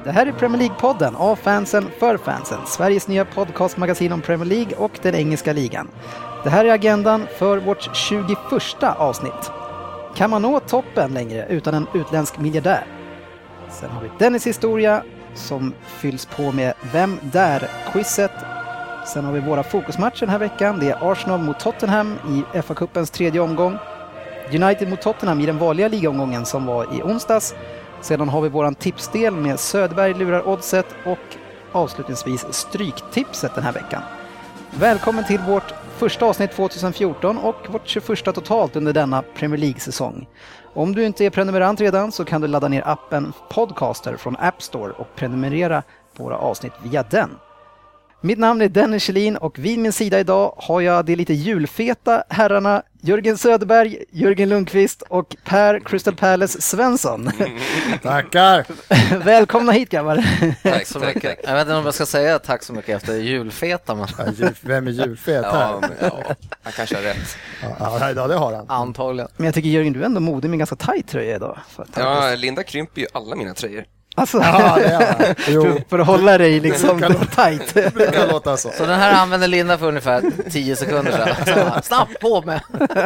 Det här är Premier League-podden av fansen för fansen. Sveriges nya podcastmagasin om Premier League och den engelska ligan. Det här är agendan för vårt 21:a avsnitt. Kan man nå toppen längre utan en utländsk miljardär? Sen har vi Dennis historia som fylls på med Vem där-quizet. Sen har vi våra fokusmatcher den här veckan. Det är Arsenal mot Tottenham i FA-cupens tredje omgång. United mot Tottenham i den vanliga ligaomgången som var i onsdags. Sedan har vi våran tipsdel med Söderberg lurar oddset och avslutningsvis stryktipset den här veckan. Välkommen till vårt första avsnitt 2014 och vårt 21:a totalt under denna Premier League-säsong. Om du inte är prenumerant redan så kan du ladda ner appen Podcaster från App Store och prenumerera på våra avsnitt via den. Mitt namn är Dennis Kjellin och vid min sida idag har jag de lite julfeta herrarna Jörgen Söderberg, Jörgen Lundqvist och Per Crystal Palace Svensson. Tackar! Välkomna hit grabbar. Tack så mycket. Jag vet inte om jag ska säga tack så mycket efter julfeta. Men... Vem är julfet här? Han kanske har rätt. Ja, det har han. Antagligen. Men jag tycker Jörgen, du är ändå modig med ganska tajt tröja idag. Ja, Linda krymper ju alla mina tröjor. Alltså, Ja, det är han. för att hålla dig liksom tajt. Det brukar låta så. Så den här använder Linda för ungefär 10 sekunder sedan. Snabbt på med.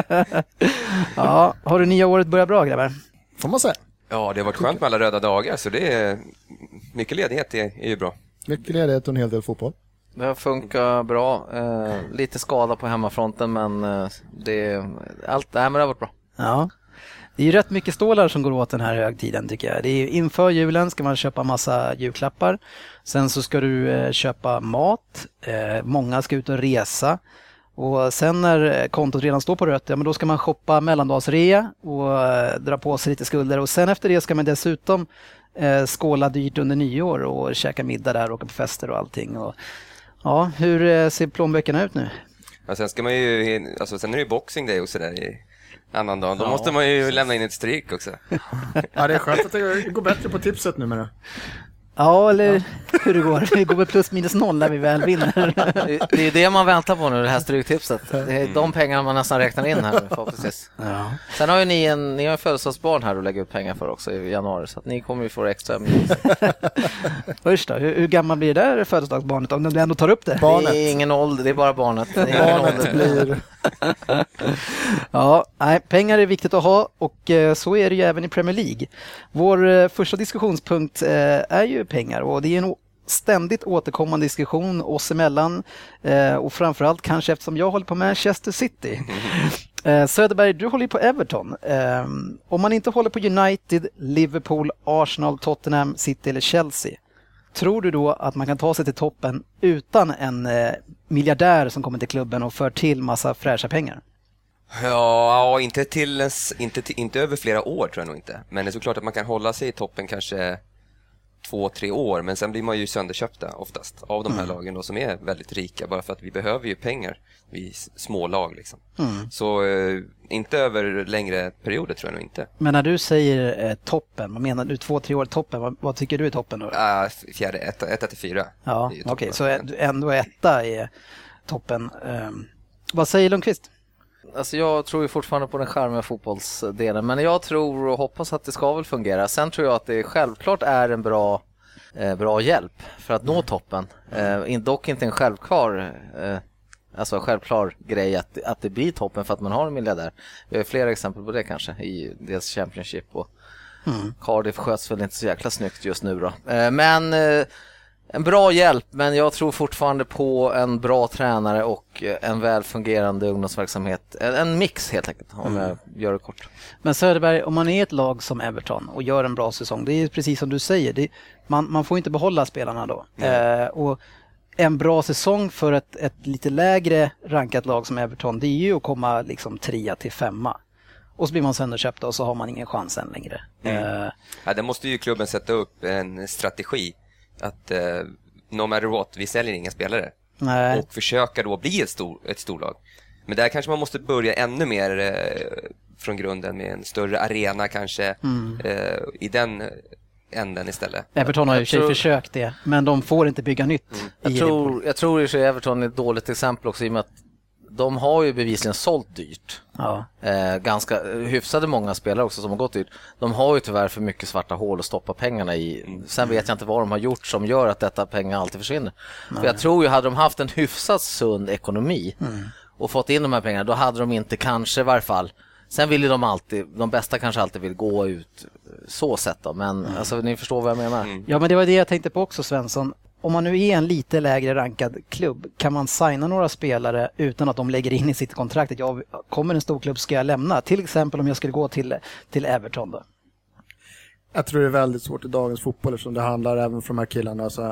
Ja, har du nya året börjat bra grabbar? Får man säga. Ja, det har varit skönt med alla röda dagar, så det är mycket ledighet, det är ju bra. Mycket ledighet och en hel del fotboll. Det har funkat bra. Lite skada på hemmafronten, men allt det här har varit bra. Ja. Det är ju rätt mycket stålar som går åt den här högtiden tycker jag. Det är inför julen ska man köpa massa julklappar. Sen så ska du köpa mat. Många ska ut och resa. Och sen när kontot redan står på rött, ja, men då ska man shoppa mellandagsrea och dra på sig lite skulder. Och sen efter det ska man dessutom skåla dyrt under nyår och käka middag där och åka på fester och allting. Och, ja, hur ser plånböckerna ut nu? Ja, sen ska man ju, alltså sen är det ju boxing day och sådär i annan dag. Då måste man ju lämna in ett stryk också. Ja, det är skönt att det går bättre på tipset nu med det. Ja, eller hur det går. Det går väl plus minus noll när vi väl vinner. Det är det man väntar på nu, det här stryktipset. Det är de pengarna man nästan räknar in här förhoppningsvis. Ja. Sen har ju ni har en födelsedagsbarn här att lägga ut pengar för också i januari, så att ni kommer ju få extra minus. Först då, hur gammal blir det där födelsedagsbarnet om de ändå tar upp det? Barnet. Det är ingen ålder, det är bara barnet. Barnet blir... Ja, nej, pengar är viktigt att ha och så är det ju även i Premier League. Vår första diskussionspunkt är ju pengar och det är en ständigt återkommande diskussion oss emellan och framförallt kanske eftersom jag håller på Manchester City. Söderberg, du håller på Everton. Om man inte håller på United, Liverpool, Arsenal, Tottenham, City eller Chelsea, tror du då att man kan ta sig till toppen utan en miljardär som kommer till klubben och för till massa fräscha pengar? Ja, inte över flera år tror jag nog inte. Men det är såklart att man kan hålla sig i toppen kanske 2-3 år, men sen blir man ju sönderköpta oftast av de här lagen då, som är väldigt rika, bara för att vi behöver ju pengar, vi små lag liksom. Så inte över längre perioder tror jag nog inte. Men när du säger toppen, vad menar du 2-3 år toppen, vad tycker du är toppen då? Fjärde, 1-4. Ja, okej, så ändå etta är toppen. Vad säger Lundqvist? Alltså jag tror ju fortfarande på den charmiga fotbollsdelen, men jag tror och hoppas att det ska väl fungera. Sen tror jag att det självklart är en bra hjälp för att nå toppen. Dock inte en självklar grej att det blir toppen för att man har en miljardär. Vi har flera exempel på det kanske i dels Championship och Cardiff sköts väl inte så jäkla snyggt just nu då. Men en bra hjälp, men jag tror fortfarande på en bra tränare och en väl fungerande ungdomsverksamhet. En mix helt enkelt, om jag gör det kort. Men Söderberg, om man är ett lag som Everton och gör en bra säsong, det är precis som du säger, man får inte behålla spelarna då. Och en bra säsong för ett lite lägre rankat lag som Everton, det är ju att komma liksom 3 till 5. Och så blir man sönderköpta och så har man ingen chans än längre. Ja, det måste ju klubben sätta upp en strategi. Att no matter what, vi säljer inga spelare. Nej. Och försöka då bli ett storlag. Men där kanske man måste börja ännu mer från grunden med en större arena kanske i den änden istället. Everton har ju försökt det, men de får inte bygga nytt. Jag tror i sig Everton är ett dåligt exempel också i och med att de har ju bevisligen sålt dyrt. Ja. Ganska hyfsade många spelare också som har gått dyrt. De har ju tyvärr för mycket svarta hål att stoppa pengarna i. Sen vet jag inte vad de har gjort som gör att detta pengar alltid försvinner. För jag tror ju, hade de haft en hyfsat sund ekonomi och fått in de här pengarna, då hade de inte kanske i varje fall. Sen vill ju de bästa kanske alltid vill gå ut så sett då. Men alltså, ni förstår vad jag menar. Ja, men det var det jag tänkte på också, Svensson. Om man nu är en lite lägre rankad klubb, kan man signa några spelare utan att de lägger in i sitt kontrakt att jag kommer en stor klubb ska jag lämna? Till exempel om jag skulle gå till Everton då. Jag tror det är väldigt svårt i dagens fotboll eftersom det handlar även för de här killarna så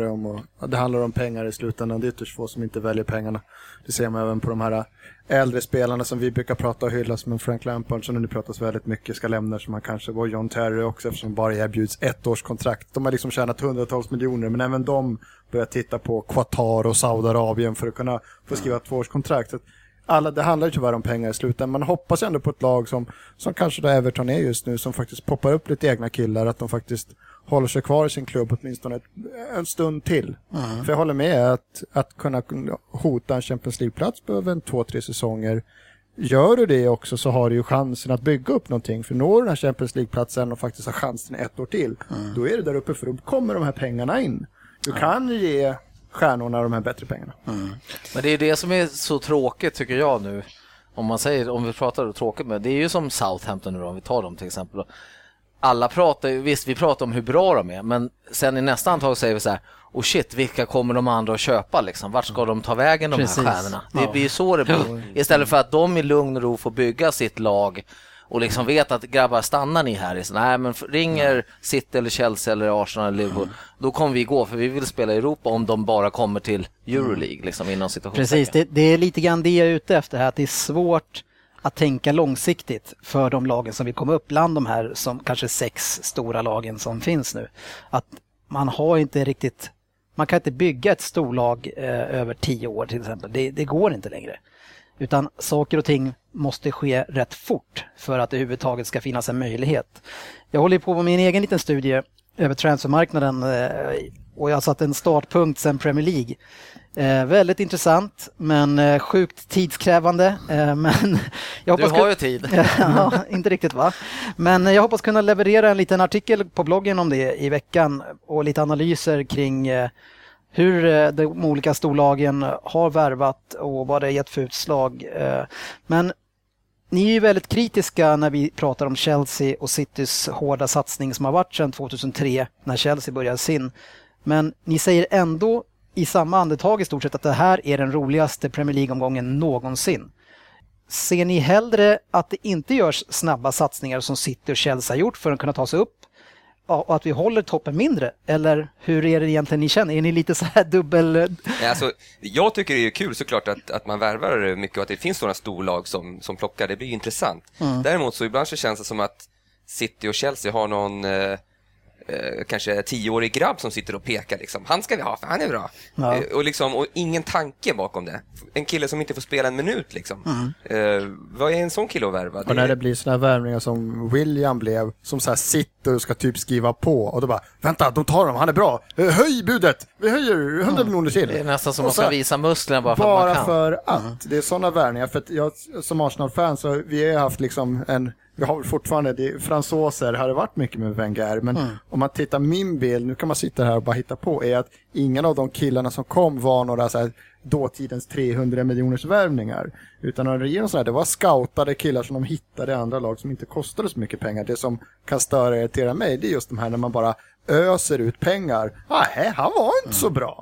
det handlar om pengar i slutändan. Det är ytterst få som inte väljer pengarna. Det ser man även på de här äldre spelarna som vi brukar prata och hylla som en Frank Lampard som nu pratas väldigt mycket ska lämna, som man kanske var John Terry också eftersom bara erbjuds 1 års kontrakt. De har liksom tjänat hundratals miljoner men även de börjar titta på Qatar och Saudiarabien för att kunna få skriva 2 års kontrakt. Så det handlar ju tyvärr om pengar i slutändan. Man hoppas ändå på ett lag som kanske då Everton är just nu, som faktiskt poppar upp lite egna killar, att de faktiskt håller sig kvar i sin klubb åtminstone en stund till. För jag håller med att kunna hota en Champions League-plats behöver 2-3 säsonger. Gör du det också så har du ju chansen att bygga upp någonting. För når den här Champions League-platsen och faktiskt har chansen 1 år till, då är det där uppe för då kommer de här pengarna in. Du kan ju ge stjärnorna de här bättre pengarna. Men det är det som är så tråkigt tycker jag nu. Om vi pratar tråkigt med, det är ju som Southampton nu då, om vi tar dem till exempel. Alla pratar ju, visst vi pratar om hur bra de är, men sen i nästa antag säger vi så här: oh shit, vilka kommer de andra att köpa liksom? Vart ska de ta vägen de här stjärnorna? Det blir ju så det blir. Istället för att de i lugn och ro får bygga sitt lag och liksom vet att grabbar, stannar ni här? Så, nej, men ringer City eller Chelsea eller Arsenal eller Liverpool, då kommer vi gå, för vi vill spela i Europa om de bara kommer till Euroleague liksom, inom situationen. Precis, det är lite grann det jag är ute efter här, att det är svårt att tänka långsiktigt för de lagen som vill komma upp bland de här som kanske 6 stora lagen som finns nu. Att man har inte riktigt, man kan inte bygga ett storlag över 10 år till exempel. Det går inte längre. Utan saker och ting måste ske rätt fort för att det överhuvudtaget ska finnas en möjlighet. Jag håller på med min egen liten studie över transfermarknaden och jag har satt en startpunkt sedan Premier League. Väldigt intressant men sjukt tidskrävande. Men jag hoppas du har ju tid. Ja, inte riktigt va. Men jag hoppas kunna leverera en liten artikel på bloggen om det i veckan och lite analyser kring hur de olika storlagen har värvat och vad det har gett för utslag. Men ni är ju väldigt kritiska när vi pratar om Chelsea och Citys hårda satsning som har varit sedan 2003 när Chelsea började sin. Men ni säger ändå i samma andetag i stort sett att det här är den roligaste Premier League-omgången någonsin. Ser ni hellre att det inte görs snabba satsningar som City och Chelsea har gjort för att kunna ta sig upp och att vi håller toppen mindre? Eller hur är det egentligen ni känner? Är ni lite så här dubbel... Alltså, jag tycker det är kul såklart att man värvar mycket och att det finns sådana storlag som plockar. Det blir intressant. Däremot så ibland så känns det som att City och Chelsea har någon... kanske 10-årig grabb som sitter och pekar liksom. Han ska vi ha, för han är bra. Ja. Och ingen tanke bakom det. En kille som inte får spela en minut liksom. Vad är en sån kille att värva? Och när det blir såna här värvningar som William blev, som så här sitter och ska typ skriva på och då bara, vänta, de tar dem, han är bra. Höj budet, vi höjer 100 miljoner till. Det är nästan som att man ska visa musklerna bara för att det är såna värvningar. För att jag som Arsenal-fan så vi har haft liksom vi har fortfarande, fransåser har det varit mycket med Wenger, men om man tittar min bild, nu kan man sitta här och bara hitta på, är att ingen av de killarna som kom var några så här dåtidens 300 miljoners värvningar, utan det var scoutade killar som de hittade i andra lag som inte kostade så mycket pengar. Det som kan störa och irritera mig, det är just de här när man bara öser ut pengar. Nej, han var inte så bra.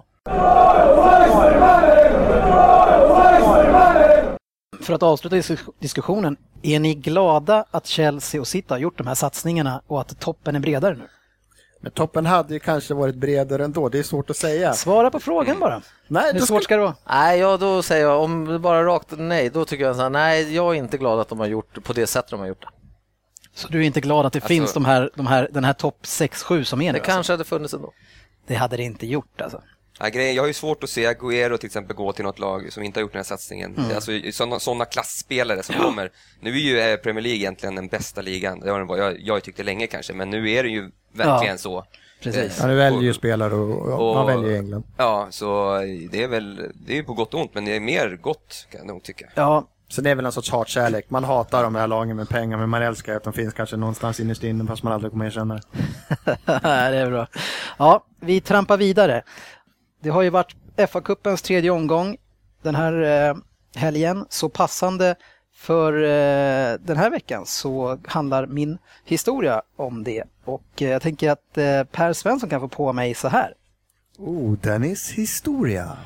För att avsluta diskussionen, är ni glada att Chelsea och City har gjort de här satsningarna och att toppen är bredare nu? Men toppen hade ju kanske varit bredare ändå, det är svårt att säga. Svara på frågan bara. Nej, hur svårt ska det vara? Nej, då säger jag, om det bara rakt nej, då tycker jag så här, nej, jag är inte glad att de har gjort på det sättet de har gjort det. Så du är inte glad att det finns den här topp 6-7 som är nu? Det kanske hade funnits ändå. Det hade det inte gjort alltså. Ja, jag har ju svårt att se Agüero till exempel gå till något lag som inte har gjort den här satsningen. Alltså sådana klassspelare som kommer. Nu är ju Premier League egentligen den bästa ligan. Det har den jag tyckte länge kanske, men nu är det ju verkligen så. Precis. Ja, du väljer ju spelare och man väljer England. Ja, så det är ju på gott och ont, men det är mer gott kan jag nog tycka. Ja. Så det är väl en sorts hatkärlek. Man hatar de här lagen med pengar, men man älskar att de finns kanske någonstans innerst inne, fast man aldrig kommer erkänna det. Det är bra. Ja, vi trampar vidare. Det har ju varit FA-cupens tredje omgång den här helgen, så passande för den här veckan så handlar min historia om det. Och jag tänker att Per Svensson kan få på mig så här. Dennis historia.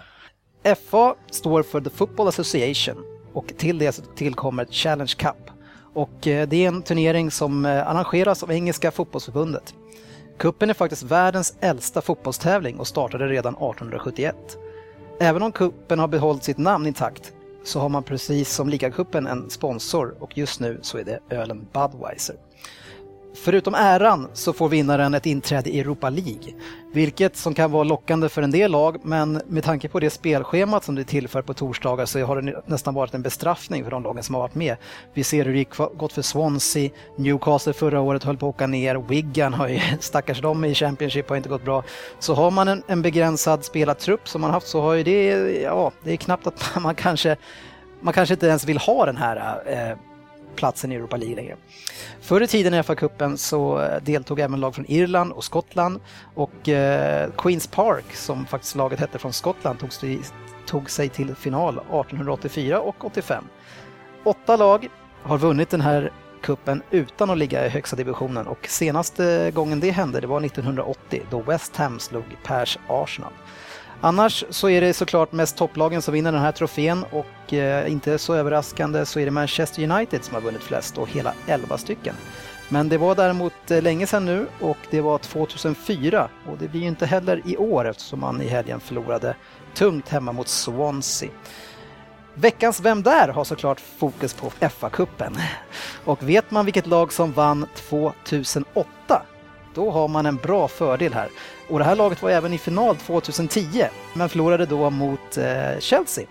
FA står för The Football Association och till det så tillkommer Challenge Cup. Och det är en turnering som arrangeras av engelska fotbollsförbundet. Cupen är faktiskt världens äldsta fotbollstävling och startade redan 1871. Även om cupen har behållit sitt namn intakt så har man precis som ligacupen en sponsor och just nu så är det ölen Budweiser. Förutom äran så får vinnaren ett inträde i Europa League, vilket som kan vara lockande för en del lag, men med tanke på det spelschemat som det tillför på torsdagar så har det nästan varit en bestraffning för de lagen som har varit med. Vi ser hur det gått för Swansea, Newcastle förra året höll på att åka ner, Wigan har ju, stackars dem i Championship har inte gått bra. Så har man en begränsad spelartrupp som man haft så har ju det är knappt att man kanske inte ens vill ha den här platsen i Europa League längre. Förr i tiden i FA-cupen så deltog även lag från Irland och Skottland och Queen's Park, som faktiskt laget hette från Skottland, tog sig till final 1884 och 85. 8 lag har vunnit den här kuppen utan att ligga i högsta divisionen och senaste gången det hände det var 1980 då West Ham slog Pers Arsenal. Annars så är det såklart mest topplagen som vinner den här trofén och inte så överraskande så är det Manchester United som har vunnit flest och hela 11 stycken. Men det var däremot länge sedan nu och det var 2004 och det blir ju inte heller i år eftersom man i helgen förlorade tungt hemma mot Swansea. Veckans Vem där har såklart fokus på FA-cupen. Och vet man vilket lag som vann 2008? Då har man en bra fördel här. Och det här laget var även i final 2010 men förlorade då mot Chelsea.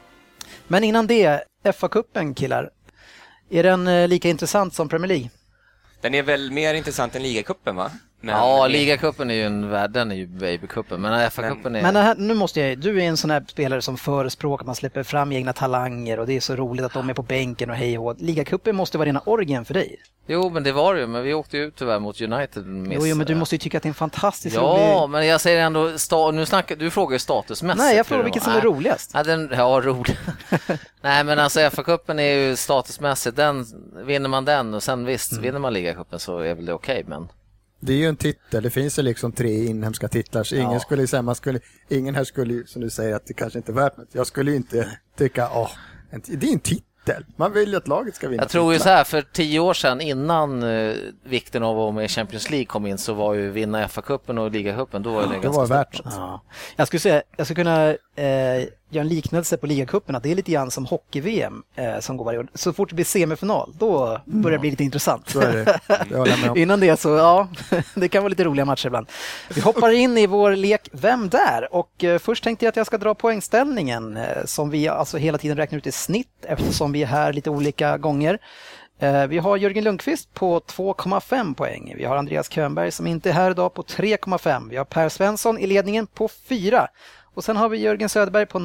Men innan det, FA-cupen killar, är den lika intressant som Premier League? Den är väl mer intressant än ligacupen va? Men ligacupen är ju den är ju babycupen, men FA-cupen är... Men nu måste du är en sån här spelare som förespråkar att man släpper fram egna talanger och det är så roligt att de är på bänken och hej och hå. Ligacupen måste vara rena orgen för dig. Jo, men det var det ju, men vi åkte ut tyvärr mot United. Jo, men du måste ju tycka att det är en fantastisk rolig... Ja, men jag säger ändå, du frågar ju statusmässigt. Nej, jag frågar vilket som är roligast. Rolig. Nej, men alltså FA-cupen är ju statusmässigt, vinner man den och sen visst, vinner man ligacupen så är väl det okej, men... Det är ju en titel, det finns ju liksom 3 inhemska titlar så ingen skulle säga, ingen här skulle som du säger att det kanske inte är värt något. Jag skulle ju inte tycka, det är en titel. Man vill ju att laget ska vinna. Jag tror ju så här, för 10 år sedan innan vikten av att vara med i Champions League kom in så var ju vinna FA-cupen och ligacupen, då var det ganska värt. Ja. Jag skulle kunna göra en liknelse på ligacupen att det är lite grann som hockey-VM som går varje år. Så fort det blir semifinal, då börjar det bli lite intressant. Så är det. Innan det så, det kan vara lite roliga matcher ibland. Vi hoppar in i vår lek Vem där? Och först tänkte jag att jag ska dra poängställningen som vi alltså hela tiden räknar ut i snitt eftersom vi är här lite olika gånger. Vi har Jörgen Lundqvist på 2,5 poäng. Vi har Andreas Könberg som inte är här idag på 3,5. Vi har Per Svensson i ledningen på 4. Och sen har vi Jörgen Söderberg på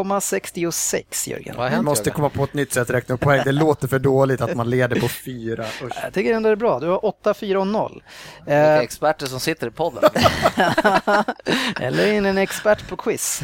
0,66. Jörgen. Vi måste komma på ett nytt sätt att räkna upp poäng. Det låter för dåligt att man leder på 4. Jag tycker ändå det är bra. Du har 8, 4 och 0. Vilka experter som sitter i podden. Eller en expert på quiz.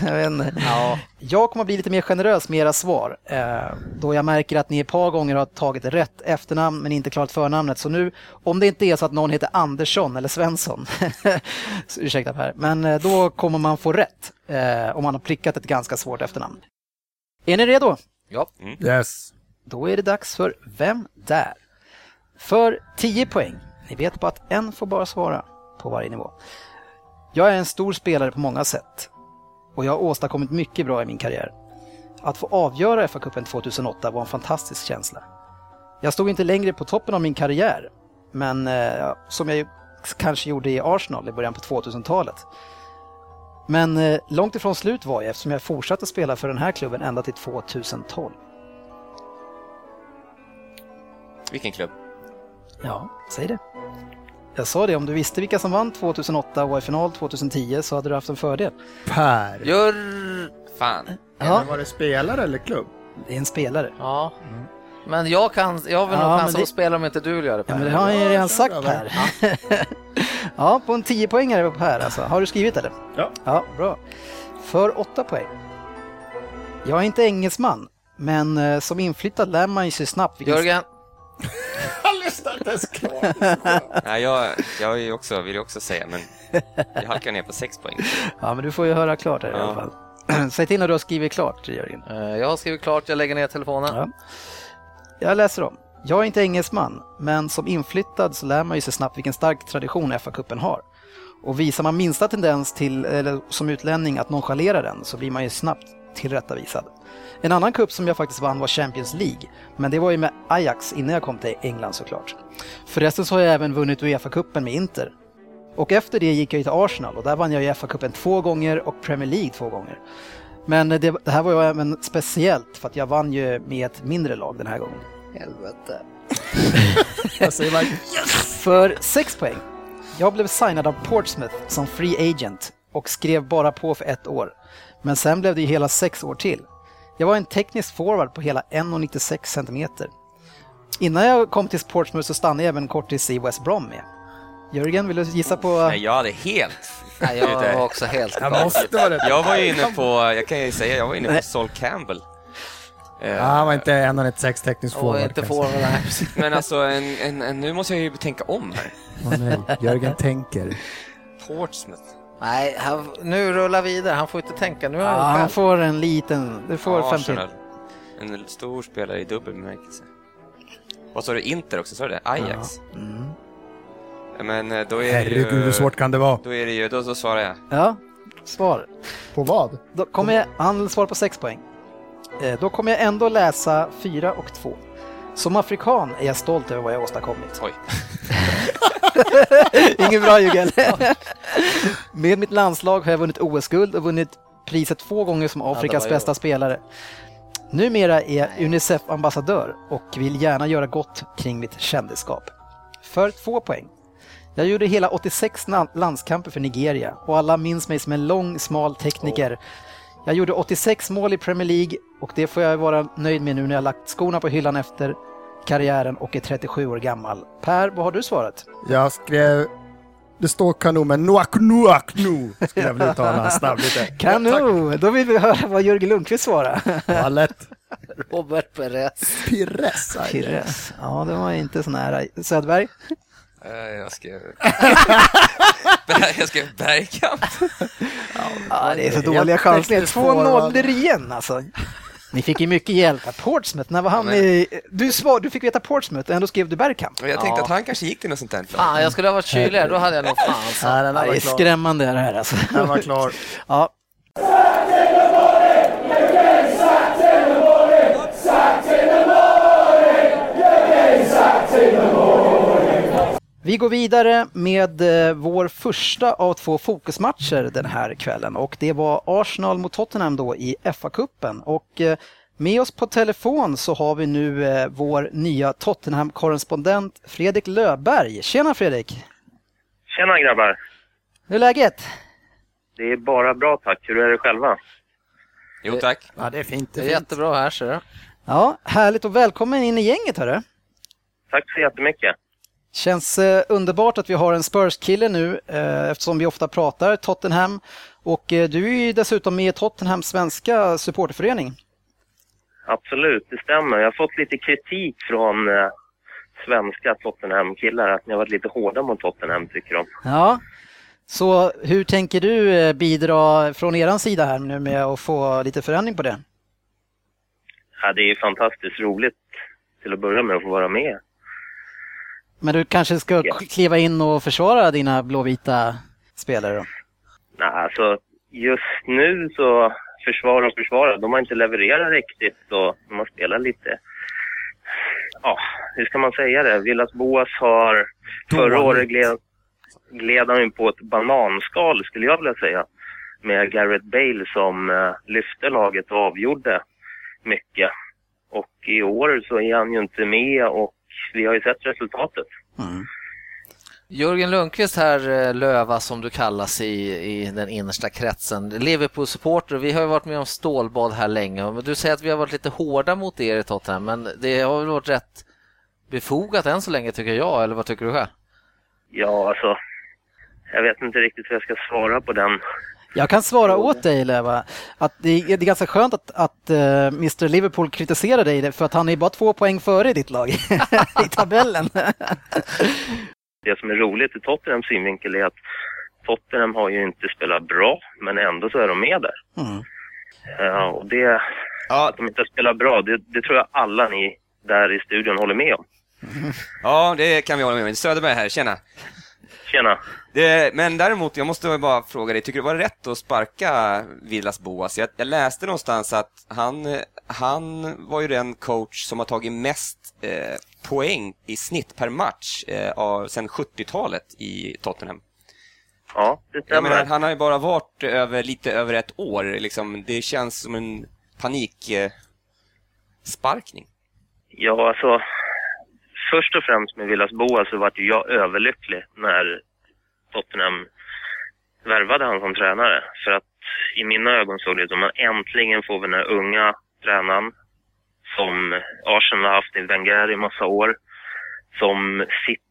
Jag kommer att bli lite mer generös med era svar. Då jag märker att ni ett par gånger har tagit rätt efternamn men inte klarat förnamnet. Så nu, om det inte är så att någon heter Andersson eller Svensson. Ursäkta Per. Men då kommer man få rätt. Om man har prickat ett ganska svårt efternamn. Är ni redo? Ja. Yes. Då är det dags för Vem där? För 10 poäng. Ni vet på att en får bara svara på varje nivå. Jag är en stor spelare på många sätt. Och jag har åstadkommit mycket bra i min karriär. Att få avgöra FA-cupen 2008 var en fantastisk känsla. Jag stod inte längre på toppen av min karriär. Men som jag kanske gjorde i Arsenal i början på 2000-talet. Men långt ifrån slut var jag eftersom jag fortsatte spela för den här klubben ända till 2012. Vilken klubb? Ja, säg det. Jag sa det, om du visste vilka som vann 2008 och var i final 2010 så hade du haft en fördel. Per. Fan. Ja, Men var det spelare eller klubb? det är en spelare. Ja. Men jag vill nog chansa att spela om inte du vill göra det, Per. Ja, men det har jag ju redan sagt över. här. Ja, på en 10-poängare på här alltså. Har du skrivit eller? Ja. Ja, bra. För 8 poäng. Jag är inte engelsman, men som inflyttad lär man ju sig snabbt. Jörgen. Han lyssnar inte ens klart. Nej, jag vill ju också säga, men jag halkar ner på 6 poäng. Ja, men du får ju höra klart här i alla fall. Säg till när du har skrivit klart, Jörgen. Jag har skrivit klart, jag lägger ner telefonen. Ja. Jag läser om. Jag är inte engelsman, men som inflyttad så lär man ju sig snabbt vilken stark tradition FA-cupen har. Och visar man minsta tendens till, eller som utlänning, att nonchalera den, så blir man ju snabbt tillrättavisad. En annan cup som jag faktiskt vann var Champions League, men det var ju med Ajax innan jag kom till England såklart. Förresten så har jag även vunnit UEFA-cupen med Inter. Och efter det gick jag ju till Arsenal och där vann jag UEFA-cupen 2 gånger och Premier League 2 gånger. Men det här var ju även speciellt för att jag vann ju med ett mindre lag den här gången. Helvete. Jag säger bara, För 6 poäng. Jag blev signad av Portsmouth som free agent och skrev bara på för 1 år. Men sen blev det ju hela 6 år till. Jag var en teknisk forward på hela 1,96 cm. Innan jag kom till Portsmouth så stannade jag även kortis i West Brom med. Jörgen, vill du gissa på... Nej, jag hade helt... Nej, jag var också helt jag måste vara det. Jag var ju inne på, jag kan ju säga, jag var inne på Sol Campbell. Ja, han var inte 1,96 teknisk forward. inte forward här. Men alltså, nu måste jag ju tänka om här. Nej, Jörgen tänker. Portsmouth. Nej, nu rullar vidare. Han får inte tänka. Nu har Ja, han får en liten... Du får 5 till. Arsenal. En stor spelare i dubbel bemärkelse. Vad sa du, Inter också? Sa du det? Ajax? Ja. Mm. Men då är Herregud, det ju... hur svårt kan det vara? Då är det ju, då svarar jag. Ja, svar. På vad? Då kommer jag, han svarar på 6 poäng. Då kommer jag ändå läsa 4 och 2. Som afrikan är jag stolt över vad jag åstadkommit. Oj. Ingen bra Jugel. Med mitt landslag har jag vunnit OS-guld och vunnit priset 2 gånger som Afrikas bästa spelare. Numera är jag UNICEF-ambassadör och vill gärna göra gott kring mitt kändisskap. För 2 poäng. Jag gjorde hela 86 landskamper för Nigeria och alla minns mig som en lång, smal tekniker. Jag gjorde 86 mål i Premier League och det får jag vara nöjd med nu när jag lagt skorna på hyllan efter karriären och är 37 år gammal. Per, vad har du svarat? Jag skrev... Det står kanon, men nuak-nuak-nu skulle jag vilja uttala snabbt lite. Kanon! Då vill vi höra vad Jörgen Lundqvist svarar. Ja, lätt. Robert Perez. Pires. Ja, det var inte så nära. Söderberg? Jag skrev Bergkamp. Ja, det är så dåliga chansningar. 2-0 igen alltså. Ni fick ju mycket hjälp av Portsmouth. När var han i... Du fick veta Portsmouth, ändå skrev du Bergkamp. Och jag tänkte att han kanske gick till något sånt här. Fan, jag skulle ha varit kyligare. Då hade jag nog fan. Den Det är skrämmande det här alltså. Den var klar. Ja. Vi går vidare med vår första av 2 fokusmatcher den här kvällen och det var Arsenal mot Tottenham då i FA-cupen och med oss på telefon så har vi nu vår nya Tottenham-korrespondent Fredrik Löfberg. Tjena Fredrik! Tjena grabbar! Hur är läget? Det är bara bra tack, hur är det själva? Jo tack. Ja, det är fint. Det är jättebra här, ser du. Ja, härligt och välkommen in i gänget hörru. Tack så jättemycket. Känns underbart att vi har en Spurs-kille nu eftersom vi ofta pratar Tottenham och du är ju dessutom med i Tottenhams svenska supporterförening. Absolut, det stämmer. Jag har fått lite kritik från svenska Tottenham-killar att ni har varit lite hårda mot Tottenham tycker de. Ja, så hur tänker du bidra från eran sida här nu med att få lite förändring på det? Ja, det är fantastiskt roligt till att börja med att få vara med. Men du kanske ska kliva in och försvara dina blåvita spelare då? Nej, alltså just nu så försvara. De har inte levererat riktigt och de har spelat lite... Ja, hur ska man säga det? Villas Boas har... Förra året gled han på ett bananskal skulle jag vilja säga. Med Gareth Bale som lyfte laget och avgjorde mycket. Och i år så är han ju inte med och vi har ju sett resultatet. Mm. Jörgen Lundqvist här, Löva som du kallas i den innersta kretsen. Liverpool-supporter, vi har ju varit med om stålbad här länge. Du säger att vi har varit lite hårda mot er i Tottenham, men det har väl varit rätt befogat än så länge tycker jag, eller vad tycker du själv? Ja, alltså, jag vet inte riktigt hur jag ska svara på den. Jag kan svara åt dig, Löva, att det är ganska skönt att Mr. Liverpool kritiserar dig för att han är bara 2 poäng före i ditt lag i tabellen. Det som är roligt i Tottenhams synvinkel är att Tottenham har ju inte spelat bra, men ändå så är de med där. Och det, att de inte spelar bra, det tror jag alla ni där i studion håller med om. Ja, det kan vi hålla med om. Söderberg här, tjena. Tjena. Men däremot, jag måste bara fråga dig, tycker du det var rätt att sparka Villas-Boas? Jag läste någonstans att han var ju den coach som har tagit mest poäng i snitt per match sedan 70-talet i Tottenham. Ja, det stämmer. Jag menar, han har ju bara varit lite över ett år. Liksom, det känns som en paniksparkning. Ja, alltså, först och främst med Villas-Boas så var jag överlycklig när Tottenham värvade han som tränare. För att i mina ögon såg det som att man äntligen får den här unga tränaren som Arsenal har haft i Wenger i massa år, som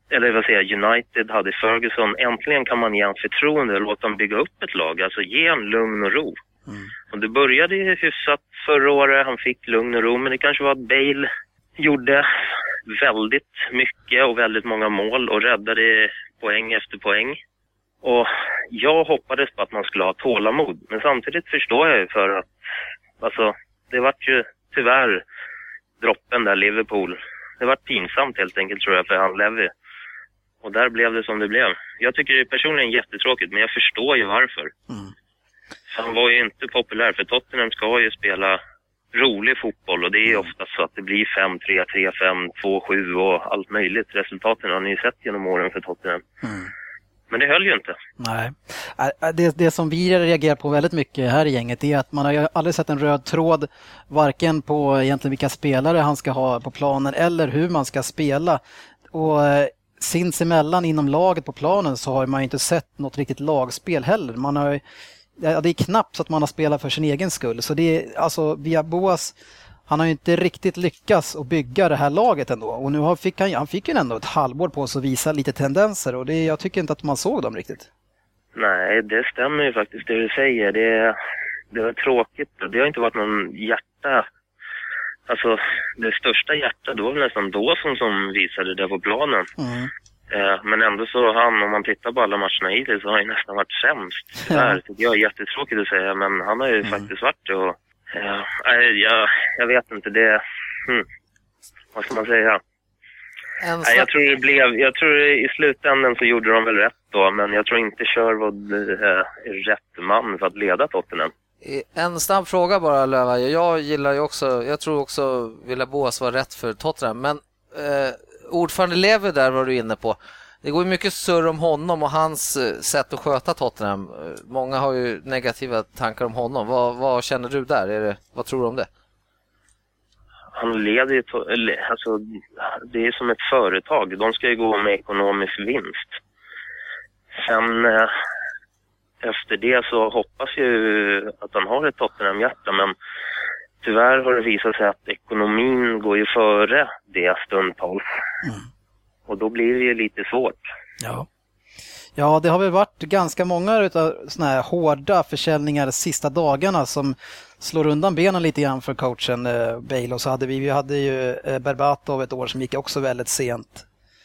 United hade Ferguson. Äntligen kan man ge en förtroende och låta dem bygga upp ett lag, alltså ge en lugn och ro. Och det började ju hyfsat förra året, han fick lugn och ro, men det kanske var att Bale gjorde väldigt mycket och väldigt många mål och räddade poäng efter poäng. Och jag hoppades på att man skulle ha tålamod, men samtidigt förstår jag ju för att alltså, det var ju tyvärr droppen där Liverpool. Det var pinsamt helt enkelt tror jag för han Levy. Och där blev det som det blev. Jag tycker det är personligen jättetråkigt, men jag förstår ju varför. Han var ju inte populär, för Tottenham ska ju spela rolig fotboll och det är ofta så att det blir 5-3, 3-5, 2-7 och allt möjligt. Resultaten har ni ju sett genom åren för Tottenham. Men det höll ju inte. Nej. Det som vi reagerar på väldigt mycket här i gänget är att man har ju aldrig sett en röd tråd varken på egentligen vilka spelare han ska ha på planen eller hur man ska spela. Och sinsemellan inom laget på planen så har man ju inte sett något riktigt lagspel heller. Man har, det är knappt så att man har spelat för sin egen skull. Så det är alltså Villas-Boas, han har ju inte riktigt lyckats att bygga det här laget ändå. Och nu han fick ju ändå ett halvår på sig att visa lite tendenser. Och jag tycker inte att man såg dem riktigt. Nej, det stämmer ju faktiskt det du säger. Det var tråkigt. Det har inte varit någon hjärta. Alltså, det största hjärta, det var väl nästan Dawson som visade det på planen. Men ändå så om man tittar på alla matcherna hittills så har han ju nästan varit sämst. Det här tycker jag är jättetråkigt att säga, men han har ju faktiskt varit det. Och jag vet inte, vad ska man säga? Jag tror i slutändan så gjorde de väl rätt då, men jag tror inte Sherwood är rätt man för att leda Tottenham. En snabb fråga bara, Löva. Jag tror också Villas-Boas var rätt för Tottenham, men ordförande Lever där var du inne på. Det går ju mycket surr om honom och hans sätt att sköta Tottenham. Många har ju negativa tankar om honom. Vad känner du där? Vad tror du om det? Han leder ju, alltså, det är som ett företag. De ska ju gå med ekonomisk vinst. Sen efter det så hoppas ju att han har ett Tottenham-hjärta, men tyvärr har det visat sig att ekonomin går ju före det stundtals. Och då blir det ju lite svårt. Ja, det har väl varit ganska många utav såna här hårda försäljningar de sista dagarna som slår undan benen lite grann för coachen Bale. Och så hade vi hade ju Berbatov ett år som gick också väldigt sent.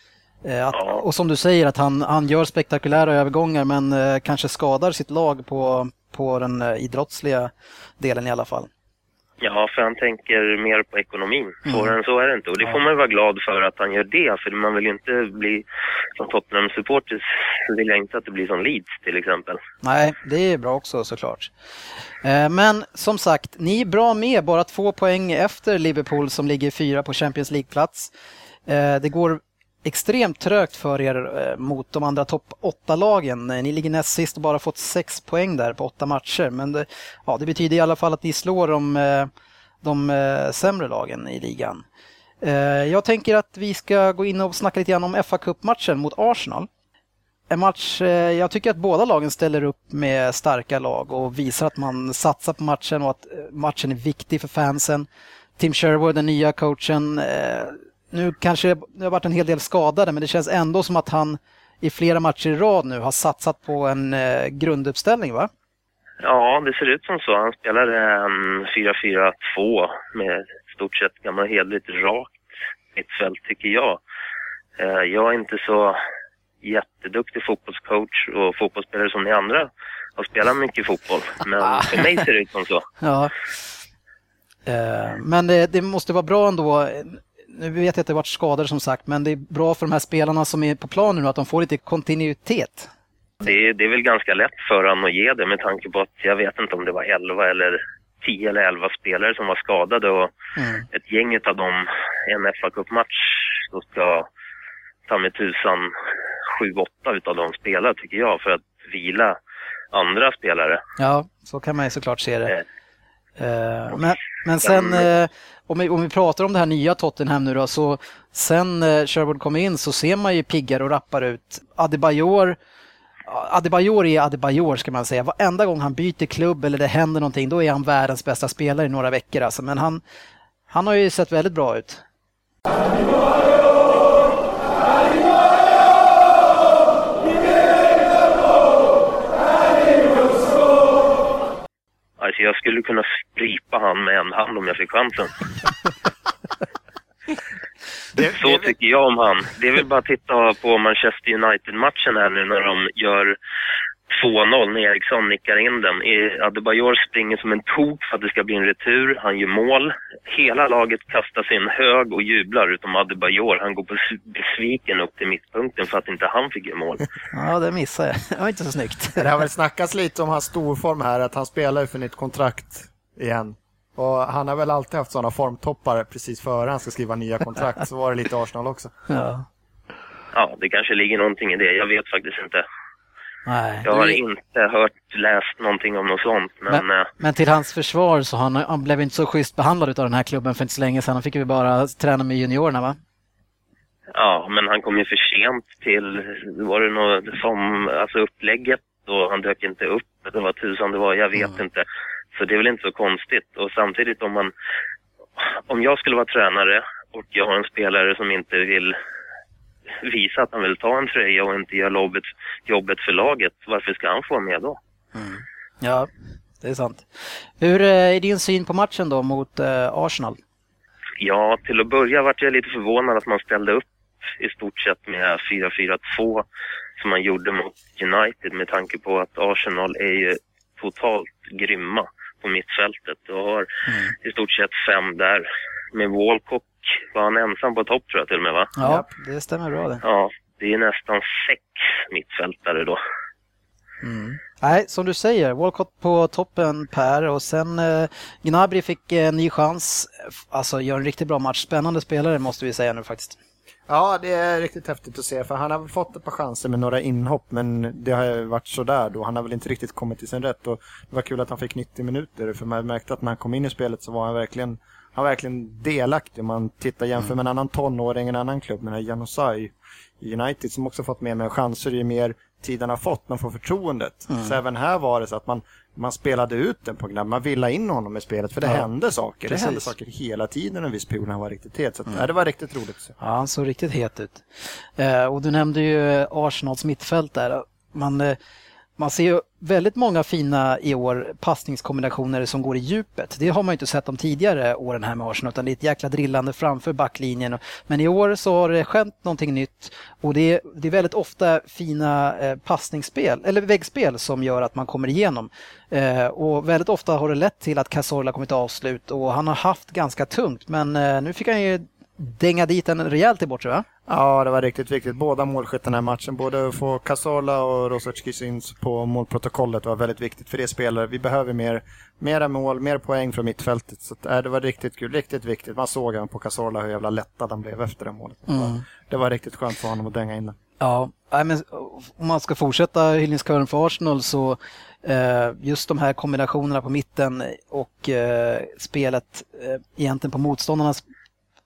Och som du säger att han gör spektakulära övergångar men kanske skadar sitt lag på den idrottsliga delen i alla fall. Ja, för han tänker mer på ekonomin. Så är det inte. Och det får man ju vara glad för att han gör det. För man vill ju inte bli som Tottenham-supporters. Vill jag inte att det blir som Leeds till exempel. Nej, det är bra också såklart. Men som sagt, ni är bra med. Bara 2 poäng efter Liverpool som ligger 4 på Champions League-plats. Det går extremt trögt för er mot de andra topp 8-lagen. Ni ligger näst sist och bara fått 6 poäng där på 8 matcher. Men det betyder i alla fall att ni slår de sämre lagen i ligan. Jag tänker att vi ska gå in och snacka lite grann om FA Cup-matchen mot Arsenal. en match, jag tycker att båda lagen ställer upp med starka lag och visar att man satsar på matchen och att matchen är viktig för fansen. Tim Sherwood, den nya coachen, nu kanske det har varit en hel del skadade, men det känns ändå som att han i flera matcher i rad nu har satsat på en grunduppställning, va? Ja, det ser ut som så. Han spelar en 4-4-2 med stort sett gammal hedligt rakt mittfält, tycker jag. Jag är inte så jätteduktig fotbollscoach och fotbollsspelare som ni andra har spelat mycket fotboll. Men för mig ser det ut som så. Ja. Men det måste vara bra ändå. Nu vet jag att det har varit skador som sagt, men det är bra för de här spelarna som är på planen nu att de får lite kontinuitet. Det är väl ganska lätt för han att ge det med tanke på att jag vet inte om det var 11 eller 10 eller 11 spelare som var skadade och ett gäng av dem en FA-cupmatch så ska ta med 7-8 utav dem spela tycker jag för att vila andra spelare. Ja, så kan man ju såklart se det. Men sen om vi pratar om det här nya Tottenham nu då, så sen Sherwood kommer in så ser man ju piggare och rappar ut. Adebayor är Adebayor ska man säga. Varenda gång han byter klubb eller det händer någonting, då är han världens bästa spelare i några veckor alltså. Men han har ju sett väldigt bra ut. Alltså jag skulle kunna strypa han med en hand om jag fick chansen. Så tycker jag om han. Det är väl bara att titta på Manchester United-matchen här nu när de gör 2-0 när Eriksson nickar in den. Adebayor springer som en tok för att det ska bli en retur. Han gör mål. Hela laget kastar sin hög och jublar utom Adebayor. Han går besviken upp till mittpunkten för att inte han fick göra mål. Ja, det missade jag. Det var inte så snyggt. Det har väl snackats lite om hans storform här, att han spelar för nytt kontrakt igen. Och han har väl alltid haft sådana formtoppar precis före han ska skriva nya kontrakt. Så var det lite Arsenal också. Ja, det kanske ligger någonting i det. Jag vet faktiskt inte. Nej. Jag har inte läst någonting om något sånt. Men till hans försvar så han blev inte så schysst behandlad av den här klubben för inte så länge sedan. Han fick ju bara träna med juniorerna, va? Ja, men han kom ju för sent till, var det något som, alltså upplägget och han dök inte upp. Det var tusan det var, jag vet inte. Så det är väl inte så konstigt. Och samtidigt om jag skulle vara tränare och jag har en spelare som inte vill visa att han vill ta en tröja och inte göra jobbet för laget, varför ska han få med då? Ja, det är sant. Hur är din syn på matchen då mot Arsenal? Ja, till att börja vart jag lite förvånad att man ställde upp i stort sett med 4-4-2 som man gjorde mot United med tanke på att Arsenal är ju totalt grymma på mittfältet och har i stort sett 5 där. Med Walcott var han ensam på topp tror jag till och med, va? Ja, det stämmer bra det. Ja, det är nästan 6 mittfältare då. Nej, som du säger, Walcott på toppen Per och sen Gnabry fick en ny chans. Alltså gör en riktigt bra match. Spännande spelare måste vi säga nu faktiskt. Ja, det är riktigt häftigt att se för han har väl fått ett par chanser med några inhopp men det har ju varit sådär då. Han har väl inte riktigt kommit till sin rätt och det var kul att han fick 90 minuter för man märkte att när han kom in i spelet så var han verkligen delaktig. Man tittar jämför med en annan tonåring, en annan klubb, med Januzaj i United som också fått mer chanser ju mer tiden har fått, man får förtroendet. Så även här var det så att man spelade ut den på grund man ville in honom i spelet för det hände saker. Precis. Det hände saker hela tiden en viss period när han var riktigt het. Så det var riktigt roligt. Ja, han såg riktigt het ut. Och du nämnde ju Arsenals mittfält där. Man ser ju väldigt många fina i år passningskombinationer som går i djupet. Det har man ju inte sett de tidigare åren här med Arsenal utan det är ett jäkla drillande framför backlinjen. Men i år så har det skett någonting nytt och det är väldigt ofta fina passningsspel eller väggspel som gör att man kommer igenom. Och väldigt ofta har det lett till att Cazorla kommit till avslut och han har haft ganska tungt men nu fick han ju dänga dit en rejält i bortre, va? Ja, det var riktigt viktigt. Båda målskyttarna i matchen, både att få Cazorla och Rosicki in på målprotokollet var väldigt viktigt för det spelare. Vi behöver mera mål, mer poäng från mittfältet. Så det var riktigt kul, riktigt viktigt. Man såg även på Cazorla hur jävla lättad han blev efter det målet. Det var riktigt skönt för honom att dänga in den. Ja, men om man ska fortsätta hyllningskören för Arsenal så just de här kombinationerna på mitten och spelet egentligen på motståndarnas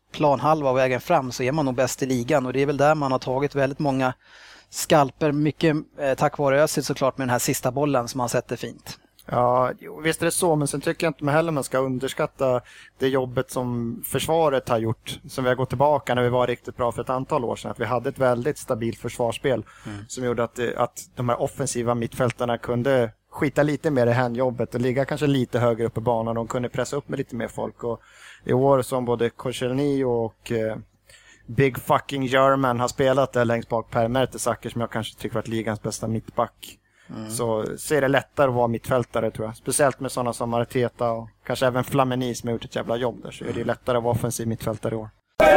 planhalva och vägen fram så är man nog bäst i ligan, och det är väl där man har tagit väldigt många skalper, mycket tack vare Özil såklart, med den här sista bollen som han sätter fint. Ja, visst är det så, men sen tycker jag inte heller man ska underskatta det jobbet som försvaret har gjort, som vi har gått tillbaka när vi var riktigt bra för ett antal år sedan, att vi hade ett väldigt stabilt försvarsspel som gjorde att de här offensiva mittfältarna kunde skita lite mer i handjobbet och ligga kanske lite högre upp i banan. De kunde pressa upp med lite mer folk, och i år som både Koscielny och Big fucking German har spelat där längst bak, Per Mertesacker som jag kanske tycker varit ligans bästa mittback. Så är det lättare att vara mittfältare, tror jag. Speciellt med sådana som Arteta och kanske även Flamini som har gjort ett jävla jobb där, så är det lättare att vara offensiv mittfältare i år.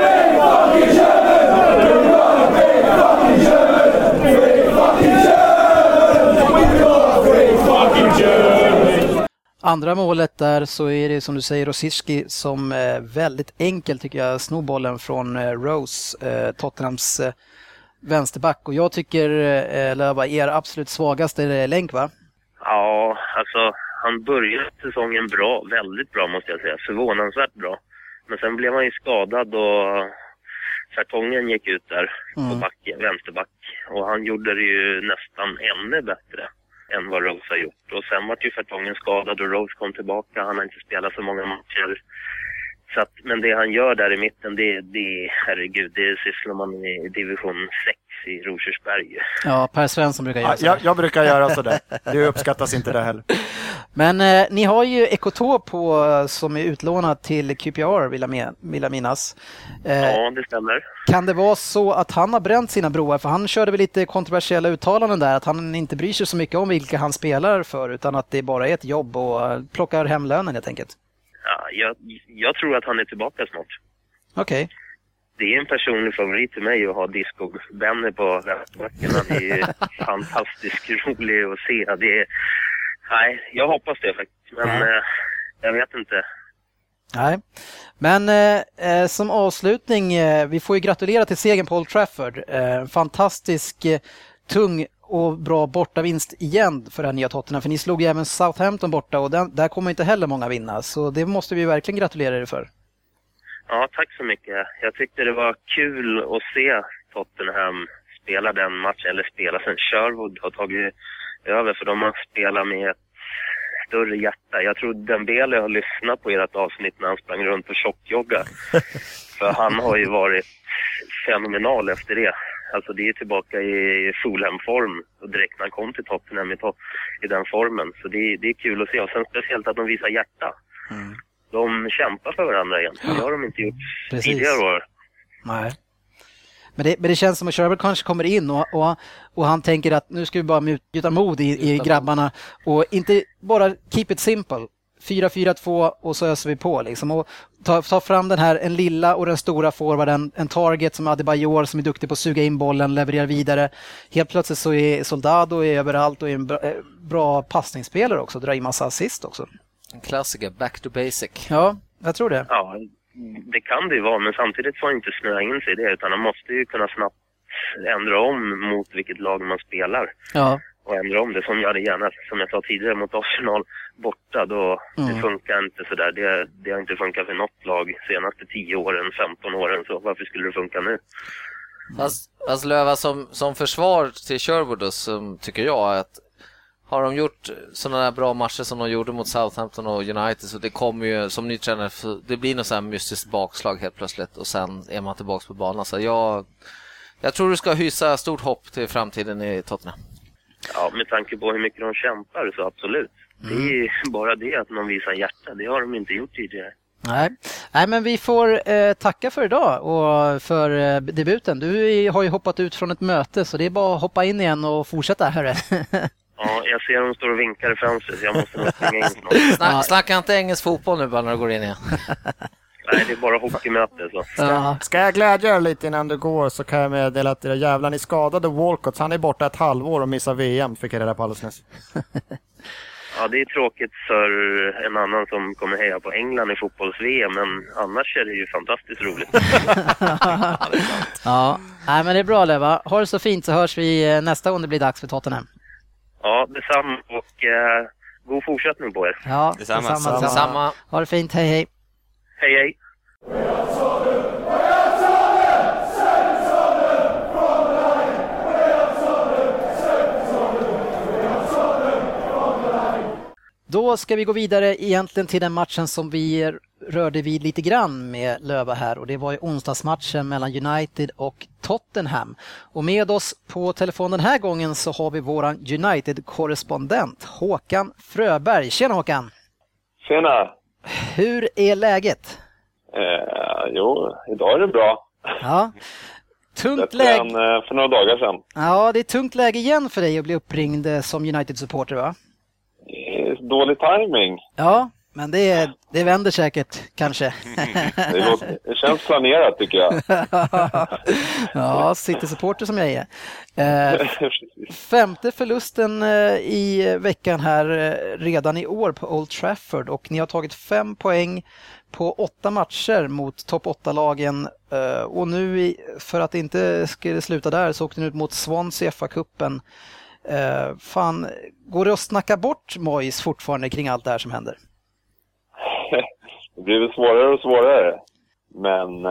Andra målet där så är det som du säger Rosicki som väldigt enkelt tycker jag snor bollen från Rose, Tottenhams vänsterback, och jag tycker Löva är absolut svagaste länk, va? Ja, alltså han började säsongen bra, väldigt bra måste jag säga, förvånansvärt bra. Men sen blev han ju skadad och Fertongen gick ut där på vänsterback, och han gjorde det ju nästan ännu bättre än vad Rose har gjort. Och sen var ju Fertongen skadad och Rose kom tillbaka, han har inte spelat så många matcher. Så att, men det han gör där i mitten, det herregud, det sysslar man i division 6 i Rosersberg. Ja, Per Svensson brukar göra så. Jag brukar göra sådär. Det uppskattas inte det heller. Men ni har ju Ekotop på som är utlånad till QPR, vill jag minnas. Ja, det stämmer. Kan det vara så att han har bränt sina broar? För han körde väl lite kontroversiella uttalanden där, att han inte bryr sig så mycket om vilka han spelar för, utan att det bara är ett jobb och plockar hem lönen helt enkelt. Ja, jag tror att han är tillbaka snart. Okej. Det är en personlig favorit till mig att ha Disco Benny på vänsterbacken. Han är ju fantastiskt rolig att se. Nej, jag hoppas det faktiskt. Men jag vet inte. Nej, men som avslutning, vi får ju gratulera till segern på Old Trafford. Fantastisk, tung och bra bortavinst igen för den nya Tottenham. För ni slog ju även Southampton borta, och där kommer inte heller många vinna. Så det måste vi verkligen gratulera er för. Ja, tack så mycket. Jag tyckte det var kul att se Tottenham spela den matchen, eller spela sen Sherwood har tagit över, för de har spelat med ett större hjärta. Jag tror Dembele har lyssnat på ert avsnitt när han sprang runt och tjockjogga. För han har ju varit fenomenal efter det. Alltså det är tillbaka i Fulham-form, och direkt när han kom till Tottenham i den formen. Så det är kul att se, och sen speciellt att de visar hjärta. De kämpar för varandra egentligen. Det har de inte gjort tidigare år. Nej. Men det känns som att Sherwood kanske kommer in och han tänker att nu ska vi bara gjuta mod i grabbarna och inte bara keep it simple. 4-4-2 och så öser vi på liksom, och ta fram den här, en lilla och den stora forwarden, en target som Adebayor som är duktig på att suga in bollen, leverera vidare. Helt plötsligt så är Soldado överallt och är en bra passningsspelare också, drar in massa assist också. En klassiker, back to basic. Ja, jag tror det. Ja, det kan det ju vara, men samtidigt får han inte snöa in sig i det, utan han måste ju kunna snabbt ändra om mot vilket lag man spelar. Ja. Och ändra om det, som jag hade gärna, som jag sa tidigare, mot Arsenal borta, då det funkar inte sådär. Det har inte funkat för något lag senaste 10 åren, 15 åren, så varför skulle det funka nu? Fast Löva, som försvar till Sherwood då, som tycker jag att har de gjort sådana där bra matcher som de gjorde mot Southampton och United, så det kommer ju som ny tränare, det blir något så här mystiskt bakslag helt plötsligt och sen är man tillbaka på banan. Så jag tror du ska hysa stort hopp till framtiden i Tottenham. Ja, med tanke på hur mycket de kämpar så absolut. Det är ju bara det att man visar hjärta. Det har de inte gjort tidigare. Nej, men vi får tacka för idag och för debuten. Du har ju hoppat ut från ett möte, så det är bara att hoppa in igen och fortsätta här. Ja, jag ser dem står och vinkar i fönstret, så jag måste nog springa in snart. Snacka inte engelsk fotboll nu bara när du går in igen. Nej, det är bara hockeymöte. Så. Ska jag glädja er lite innan du går, så kan jag meddela att era jävlar, ni skadade Walcott. Han är borta ett halvår och missar VM, fick jag reda på alldeles nyss. Ja, det är tråkigt för en annan som kommer heja på England i fotbolls-VM, men annars är det ju fantastiskt roligt. Ja, nej, men det är bra Löva. Ha det så fint, så hörs vi nästa gång det blir dags för Tottenham. Ja, detsamma, och god fortsättning på er. Ja, detsamma. Ha det fint, hej hej. Hej hej. Då ska vi gå vidare egentligen till den matchen som vi rörde vid lite grann med Löva här, och det var ju onsdagsmatchen mellan United och Tottenham. Och med oss på telefon den här gången så har vi våran United-korrespondent Håkan Fröberg. Tjena Håkan! Tjena! Hur är läget? Jo, idag är det bra. Ja. Tungt läge läge för några dagar sedan. Ja, det är tungt läge igen för dig att bli uppringd som United-supporter, va? Dålig timing. Ja, men det vänder säkert kanske. Det känns planerat tycker jag. Ja, City-supporter som jag är. Femte förlusten i veckan här redan i år på Old Trafford, och ni har tagit 5 poäng på 8 matcher mot topp 8-lagen, och nu för att det inte skulle sluta där så åkte ni ut mot Swansea FA-cupen. Fan, går det att snacka bort Moyes fortfarande kring allt det här som händer? Det blir väl svårare och svårare. Men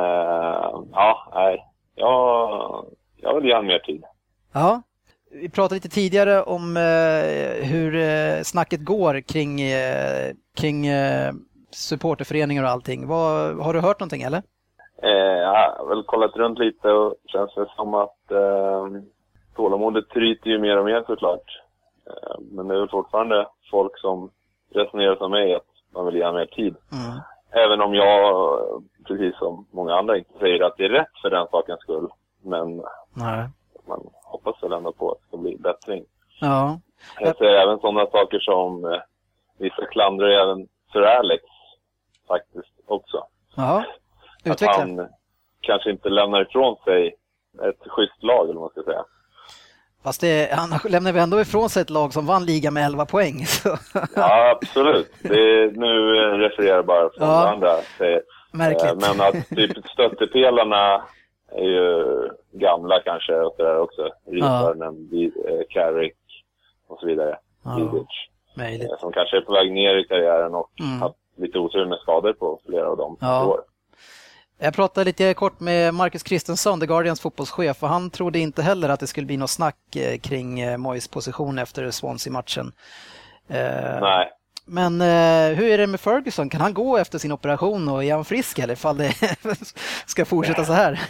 jag vill ge han mer tid. Ja, vi pratade lite tidigare om hur snacket går kring supporterföreningar och allting. Har du hört någonting eller? Jag har väl kollat runt lite och känns det som att tålamodet tryter ju mer och mer såklart. Men det är väl fortfarande folk som resonerar som mig att man vill ge mer tid. Mm. Även om jag, precis som många andra, inte säger att det är rätt för den sakens skull. Men man hoppas väl ändå på att det ska bli bättring. Ja. Jag ser även sådana saker som vissa klandrar även Sir Alex faktiskt också. Ja. Att han kanske inte lämnar ifrån sig ett schysst lag, eller vad man ska säga. Fast han lämnar väl ändå ifrån sig ett lag som vann liga med 11 poäng. Så. Ja, absolut. Nu refererar bara från andra säger. Märkligt. Men att typ stöttepelarna är ju gamla kanske och så där också. Rysarnen, Carrick och så vidare. Möjligt. Som kanske är på väg ner i karriären och haft lite otur med skador på flera av dem år. Jag pratade lite kort med Marcus Christensson, The Guardians fotbollschef, och han trodde inte heller att det skulle bli något snack kring Moyes position efter Swansea-matchen. Nej. Men hur är det med Ferguson? Kan han gå efter sin operation och är han frisk eller ifall det ska fortsätta så här?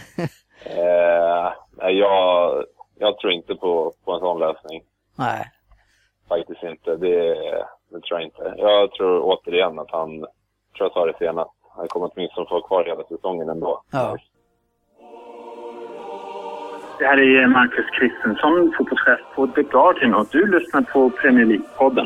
Jag tror inte på en sån lösning. Nej. Faktiskt inte. Det tror jag inte. Jag tror återigen att han sa det senast. Han kommer åtminstone få kvar hela säsongen ändå. Ja. Det här är Marcus Christensson, fotbollschef på The Guardian, och du lyssnar på Premier League-podden.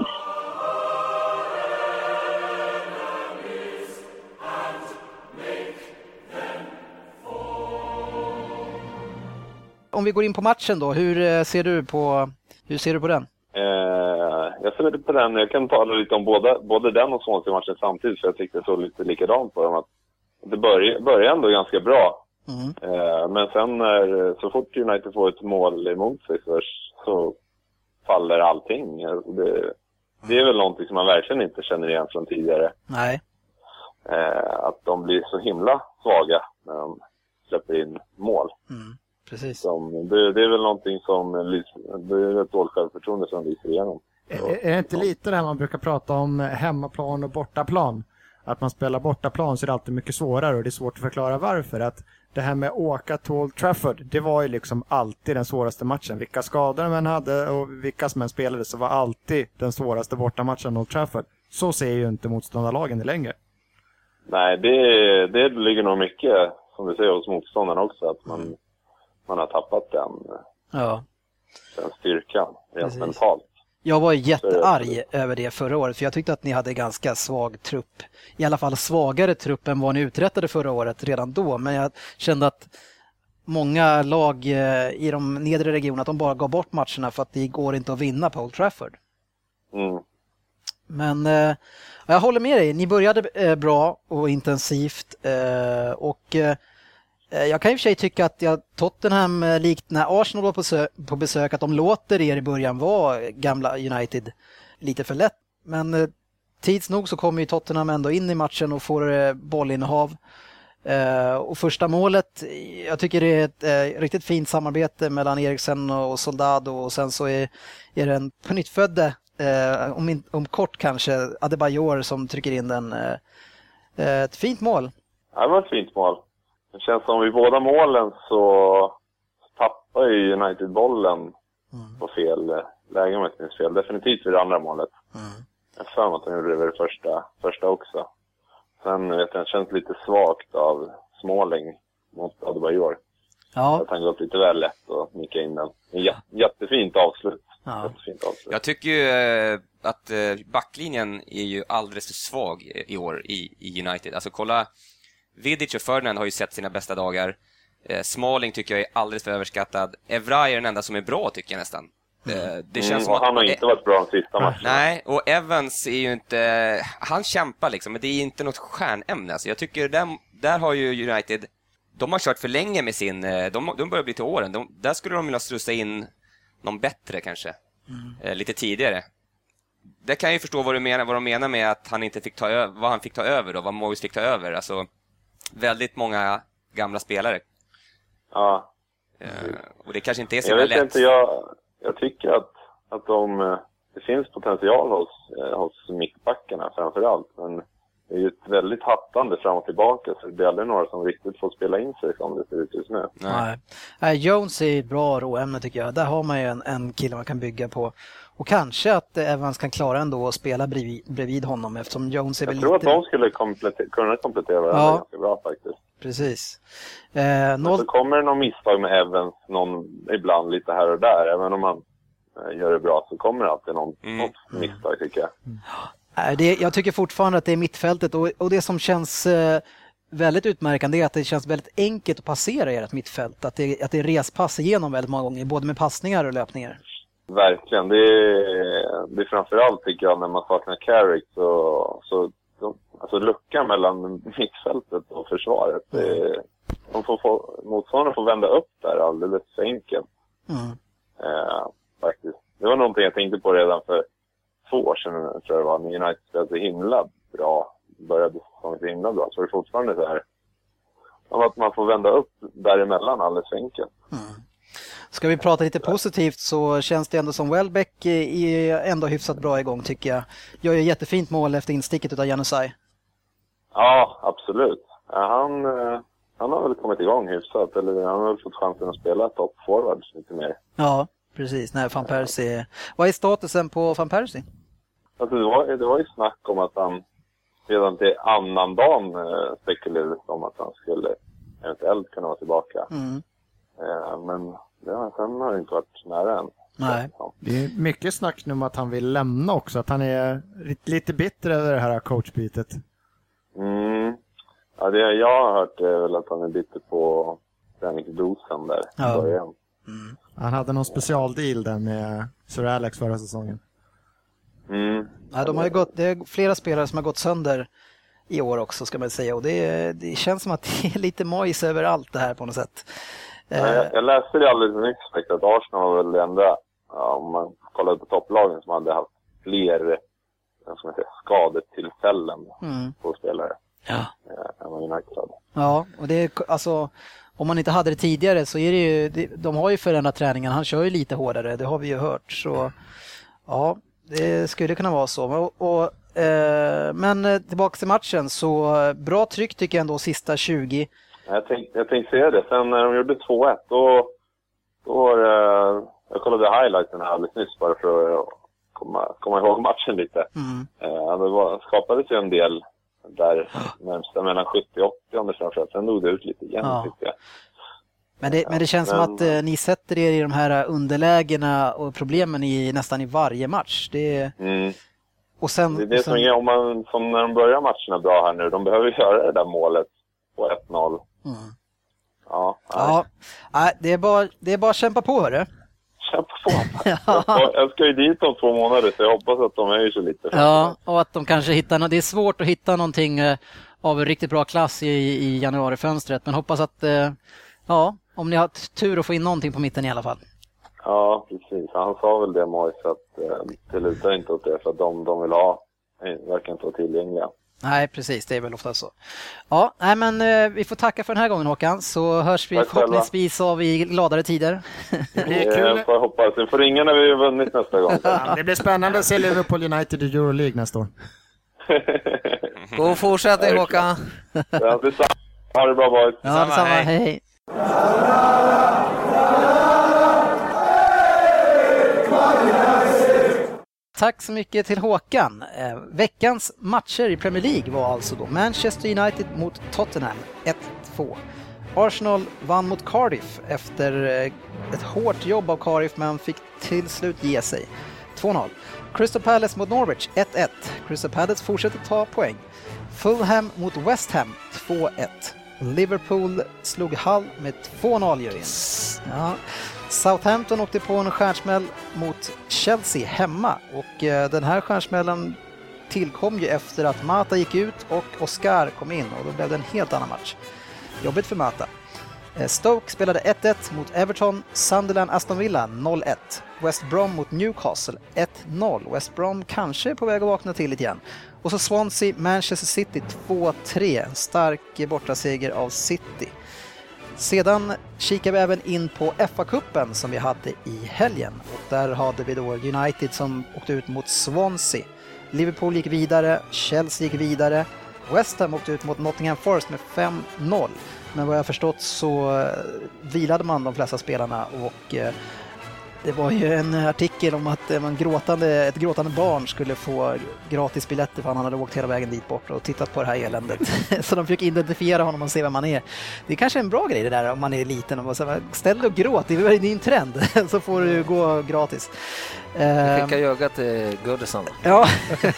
Om vi går in på matchen då, hur ser du på den? Jag ser lite på den. Jag kan tala lite om både den och Swansea-matchen samtidigt, för jag tyckte det såg lite likadant på dem. Att det börjar ändå ganska bra. Men sen så fort United får ett mål emot sig så faller allting. Det är väl någonting som man verkligen inte känner igen från tidigare. Nej. Att de blir så himla svaga när de släpper in mål. Precis. Det är väl någonting som det är ett dåligt självförtroende som lyser igenom. Är det inte lite det här man brukar prata om hemmaplan och bortaplan? Att man spelar bortaplan så är det alltid mycket svårare, och det är svårt att förklara varför. Att det här med åka till Old Trafford, det var ju liksom alltid den svåraste matchen. Vilka skador man hade och vilka som än spelade, så var alltid den svåraste bortamatchen Old Trafford. Så ser ju inte motståndarlagen längre. Nej, det ligger nog mycket, som du säger, hos motståndarna också. Att man har tappat den styrkan rent mentalt. Jag var jättearg över det förra året, för jag tyckte att ni hade ganska svag trupp. I alla fall svagare trupp än vad ni uträttade förra året redan då. Men jag kände att många lag i de nedre regionerna, att de bara gav bort matcherna för att det går inte att vinna på Old Trafford. Men jag håller med dig. Ni började bra och intensivt, och jag kan i och för sig tycka att Tottenham, likt när Arsenal var på besök, att de låter er i början vara gamla United lite för lätt. Men tids nog så kommer ju Tottenham ändå in i matchen och får bollinnehav. Och första målet, jag tycker det är ett riktigt fint samarbete mellan Eriksen och Soldado, och sen så är det en pånyttfödde om kort kanske, Adebayor som trycker in den. Ett fint mål. Ja, det var ett fint mål. Det känns som vid båda målen så tappar ju United bollen på fel läge om jag inte minns fel. Definitivt vid det andra målet. Jag för mig att de gjorde det första också. Sen vet jag, det känns lite svagt av Smalling mot Adebayor. Ja. Att han går upp lite väl lätt och nickar in den. Jättefint avslut. Ja. Jättefint avslut. Jag tycker ju att backlinjen är ju alldeles för svag i år i United. Alltså kolla, Vidic och Ferdinand har ju sett sina bästa dagar. Smalling tycker jag är alldeles för överskattad. Evra är den enda som är bra tycker jag nästan. Det känns som att han har inte varit bra de sista matcherna. Nej, och Evans är ju inte... Han kämpar liksom, men det är inte något stjärnämne. Alltså jag tycker där har ju United... De har kört för länge med sin... De börjar bli till åren. Där skulle de vilja strusa in någon bättre kanske. Lite tidigare. Det kan jag ju förstå vad de menar med att han inte fick ta över, vad han fick ta över då, vad Moyes fick ta över. Alltså väldigt många gamla spelare. Ja. Och det kanske inte är så jag vet lätt. Inte, jag tycker att det finns potential hos mittbackarna framförallt. Men det är ju ett väldigt hattande fram och tillbaka, så det blir aldrig några som riktigt får spela in sig som det ser ut just nu. Nej. Jones är ett bra råämne tycker jag. Där har man ju en kille man kan bygga på. Och kanske att Evans kan klara ändå att spela bredvid honom eftersom Jones är väl lite... Jag tror att de skulle kunna komplettera varandra ganska bra faktiskt. Precis. Så kommer det någon misstag med Evans ibland lite här och där. Även om man gör det bra så kommer det alltid något misstag tycker jag. Jag tycker fortfarande att det är mittfältet och det som känns väldigt utmärkande är att det känns väldigt enkelt att passera i ett mittfält. Att det är respass igenom väldigt många gånger, både med passningar och löpningar. Verkligen. Det är framförallt tycker jag när man saknar Carrick så alltså luckan mellan mittfältet och försvaret. Motståndaren får vända upp där alldeles för enkelt. Faktiskt. Det var någonting jag tänkte på redan för 2 år sedan, tror jag det var, när United spelade så himla bra. Började säsongen så himla bra. Så det är fortfarande så här att man får vända upp däremellan alldeles för enkelt. Ska vi prata lite positivt så känns det ändå som Welbeck är ändå hyfsat bra igång tycker jag. Gör ju jättefint mål efter insticket utav Januzaj. Ja, absolut. Han har väl kommit igång hyfsat, eller han har väl fått chansen att spela top forwards lite mer. Ja, precis. Nej, Van Persie. Vad är statusen på Van Persie? Alltså det var ju snack om att han redan till annan dagen spekulerades om att han skulle eventuellt kunna vara tillbaka. Men sen har det inte varit nära än. Nej. Det är mycket snack nu om att han vill lämna också, att han är lite bitter över det här coachbytet. Ja, det jag har hört är väl att han är bitter på träningsdosen där i början. Han hade någon specialdeal där med Sir Alex förra säsongen. Ja, det är flera spelare som har gått sönder i år också ska man säga, och det känns som att det är lite Moyes över allt det här på något sätt. Jag läste det alldeles nyss att Arsenal var väl det enda, om man kollar på topplagen, som hade haft fler skadetillfällen på spelare än vad United hade. Ja, och det är alltså, om man inte hade det tidigare så är det ju, de har ju förändrat träningen, han kör ju lite hårdare, det har vi ju hört, så ja, det skulle kunna vara så. Men tillbaka till matchen, så bra tryck tycker jag ändå sista 20. Jag tänkte säga det. Sen när de gjorde 2-1 då var jag kollade highlighten här alldeles nyss bara för att komma ihåg matchen lite. Det skapades ju en del där närmast mellan 70 och 80 framförallt. Sen dog det ut lite igen tyckte jag. Men det känns som att ni sätter er i de här underlägena och problemen nästan i varje match. Och sen, det är det som är, som när de börjar matcherna bra här nu, de behöver göra det där målet på 1-0. Det är bara att kämpa på, hörru. Kämpa på. Jag ska ju dit om 2 månader, så jag hoppas att de höjer sig lite. Ja, och att de kanske hittar det är svårt att hitta någonting av riktigt bra klass i januarifönstret, men hoppas att om ni har tur att få in någonting på mitten i alla fall. Ja, precis. Han sa väl det, Moyes, att det lutar inte åt det, för att de vill ha verkar inte vara tillgängliga. Nej, precis. Det är väl ofta så. Ja, nej, men vi får tacka för den här gången, Håkan. Så hörs vi förhoppningsvis av i gladare tider. Det är kul. Jag får hoppas. Vi får ringa när vi har vunnit nästa gång. Ja, det blir spännande att se Liverpool United i Euroleague nästa år. God fortsättning, Håkan. Ja, detsamma. Ha det bra, boys. Ja, detsamma. Hej. Tack så mycket till Håkan. Veckans matcher i Premier League var alltså då Manchester United mot Tottenham 1-2. Arsenal vann mot Cardiff efter ett hårt jobb av Cardiff, men fick till slut ge sig. 2-0. Crystal Palace mot Norwich 1-1. Crystal Palace fortsätter ta poäng. Fulham mot West Ham 2-1. Liverpool slog Hull med 2-0, Jörgen. Ja. Southampton åkte på en stjärnsmäll mot Chelsea hemma, och den här stjärnsmällen tillkom ju efter att Mata gick ut och Oscar kom in, och då blev det en helt annan match. Jobbigt för Mata. Stoke spelade 1-1 mot Everton, Sunderland Aston Villa 0-1, West Brom mot Newcastle 1-0. West Brom kanske är på väg att vakna till lite igen. Och så Swansea Manchester City 2-3, en stark bortaseger av City. Sedan kikar vi även in på FA-cupen som vi hade i helgen, och där hade vi då United som åkte ut mot Swansea. Liverpool gick vidare, Chelsea gick vidare, West Ham åkte ut mot Nottingham Forest med 5-0. Men vad jag förstått så vilade man de flesta spelarna, och det var ju en artikel om att ett gråtande barn skulle få gratis biljetter för han hade åkt hela vägen dit bort och tittat på det här eländet. Så de fick identifiera honom och se vem man är. Det är kanske en bra grej det där om man är liten och säga, ställ dig och gråt, det är en trend, så får du gå gratis. Skicka yoga till Goodison. Ja.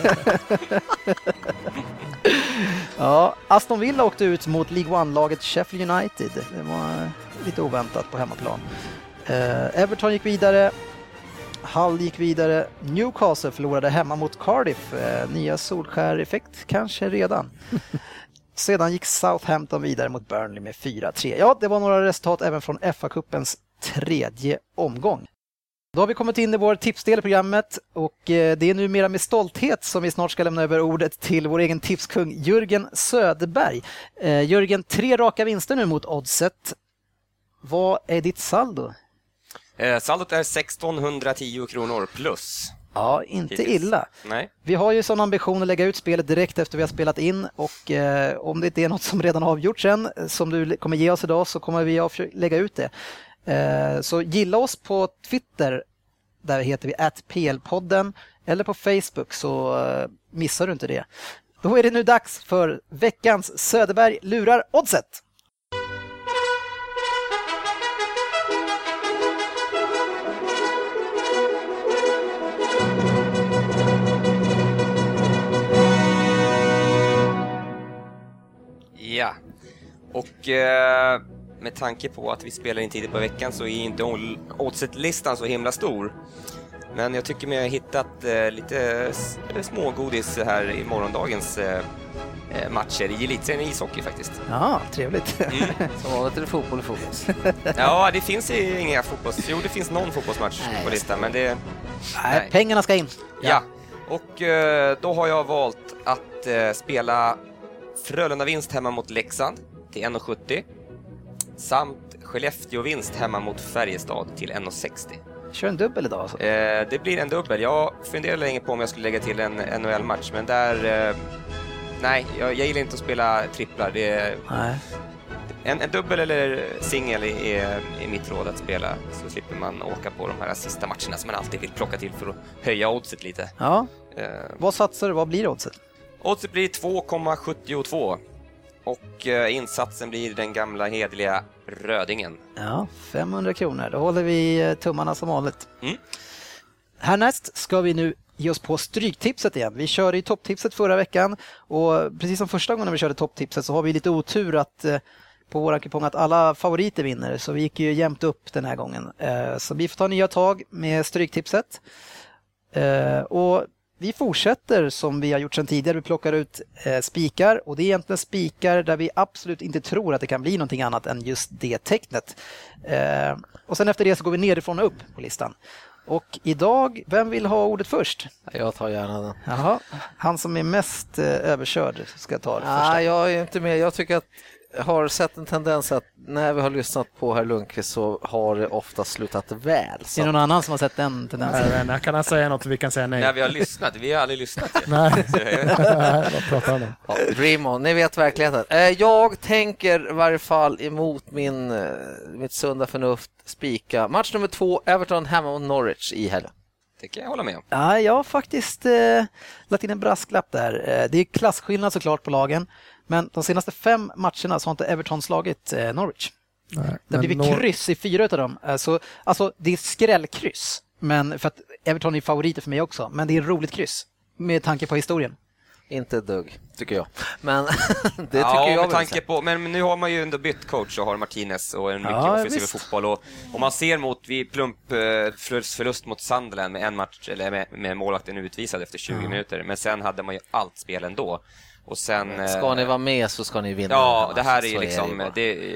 Ja, Aston Villa åkte ut mot League One-laget Sheffield United. Det var lite oväntat på hemmaplan. Everton gick vidare, Hull gick vidare, Newcastle förlorade hemma mot Cardiff. Nya Solskär-effekt kanske redan. Sedan gick Southampton vidare mot Burnley med 4-3. Ja, det var några resultat även från FA-cupens tredje omgång. Då har vi kommit in i vår tipsdel i programmet, och det är numera med stolthet som vi snart ska lämna över ordet till vår egen tipskung Jörgen Söderberg. Jörgen, 3 raka vinster nu mot Oddset. Vad är ditt saldo? Saldot är 1610 kronor plus. Ja, inte hittills. Illa. Nej. Vi har ju sån ambition att lägga ut spelet direkt efter vi har spelat in, och om det inte är något som redan avgjorts än som du kommer ge oss idag, så kommer vi att lägga ut det. Så gilla oss på Twitter, där heter vi @plpodden, eller på Facebook, så missar du inte det. Då är det nu dags för veckans Söderberg lurar Oddset. Ja, och med tanke på att vi spelar in tidigt på veckan så är inte oddset-listan så himla stor. Men jag tycker mig ha hittat lite smågodis här i morgondagens matcher i elitserien i ishockey faktiskt. Ja, trevligt. Som vanligt är det fotboll och fokus. Ja, det finns inga fotbolls... Jo, det finns någon fotbollsmatch på listan, men det... Nej, pengarna ska in. Ja, och då har jag valt att spela Frölunda-vinst hemma mot Leksand till 1,70 samt Skellefteå-vinst hemma mot Färjestad till 1,60. Kör en dubbel idag alltså. Det blir en dubbel. Jag funderade länge på om jag skulle lägga till en NHL-match, men där... nej, jag gillar inte att spela tripplar. Det är, en dubbel eller singel är mitt råd att spela, så slipper man åka på de här sista matcherna som man alltid vill plocka till för att höja oddset lite. Ja. Vad satsar du? Vad blir oddset? Oddset blir 2,72 och insatsen blir den gamla hederliga Rödingen. Ja, 500 kronor. Då håller vi tummarna som vanligt. Mm. Härnäst ska vi nu ge oss på stryktipset igen. Vi körde ju topptipset förra veckan, och precis som första gången när vi körde topptipset så har vi lite otur att på våra kupong att alla favoriter vinner, så vi gick ju jämnt upp den här gången. Så vi får ta nya tag med stryktipset. Och vi fortsätter som vi har gjort sedan tidigare. Vi plockar ut spikar och det är egentligen spikar där vi absolut inte tror att det kan bli någonting annat än just det tecknet. Och sen efter det så går vi nerifrån och upp på listan. Och idag, vem vill ha ordet först? Jag tar gärna den. Jaha, han som är mest överkörd ska ta det första. Nej, jag är inte med. Jag tycker att jag har sett en tendens att när vi har lyssnat på herr Lundqvist så har det ofta slutat väl. Så. Är det någon annan som har sett den tendensen? Nej, kan han säga något så vi kan säga nej? När vi har lyssnat, vi har aldrig lyssnat. Nej, vad pratar han om? Ja, dream on, ni vet verkligheten. Jag tänker i varje fall emot mitt sunda förnuft spika. Match nummer 2, Everton hemma mot Norwich i helgen. Det kan jag hålla med om. Ja, jag har faktiskt lagt in en brasklapp där. Det är klasskillnad såklart på lagen. Men de senaste 5 matcherna så har inte Everton slagit Norwich. Nej, Det har blivit kryss i 4 av dem. Alltså det är skrällkryss. Men för att Everton är favoriter för mig också. Men det är roligt kryss. Med tanke på historien. Inte ett dugg, tycker jag. Men det tycker ja, jag med tanke på, men nu har man ju ändå bytt coach och har Martinez och en mycket offensiv fotboll. Och man ser mot förlust mot Sunderland med en match, eller med målvakten utvisad efter 20 minuter. Men sen hade man ju allt spel ändå. Och sen, ska ni vara med så ska ni vinna. Ja, det här är ju liksom...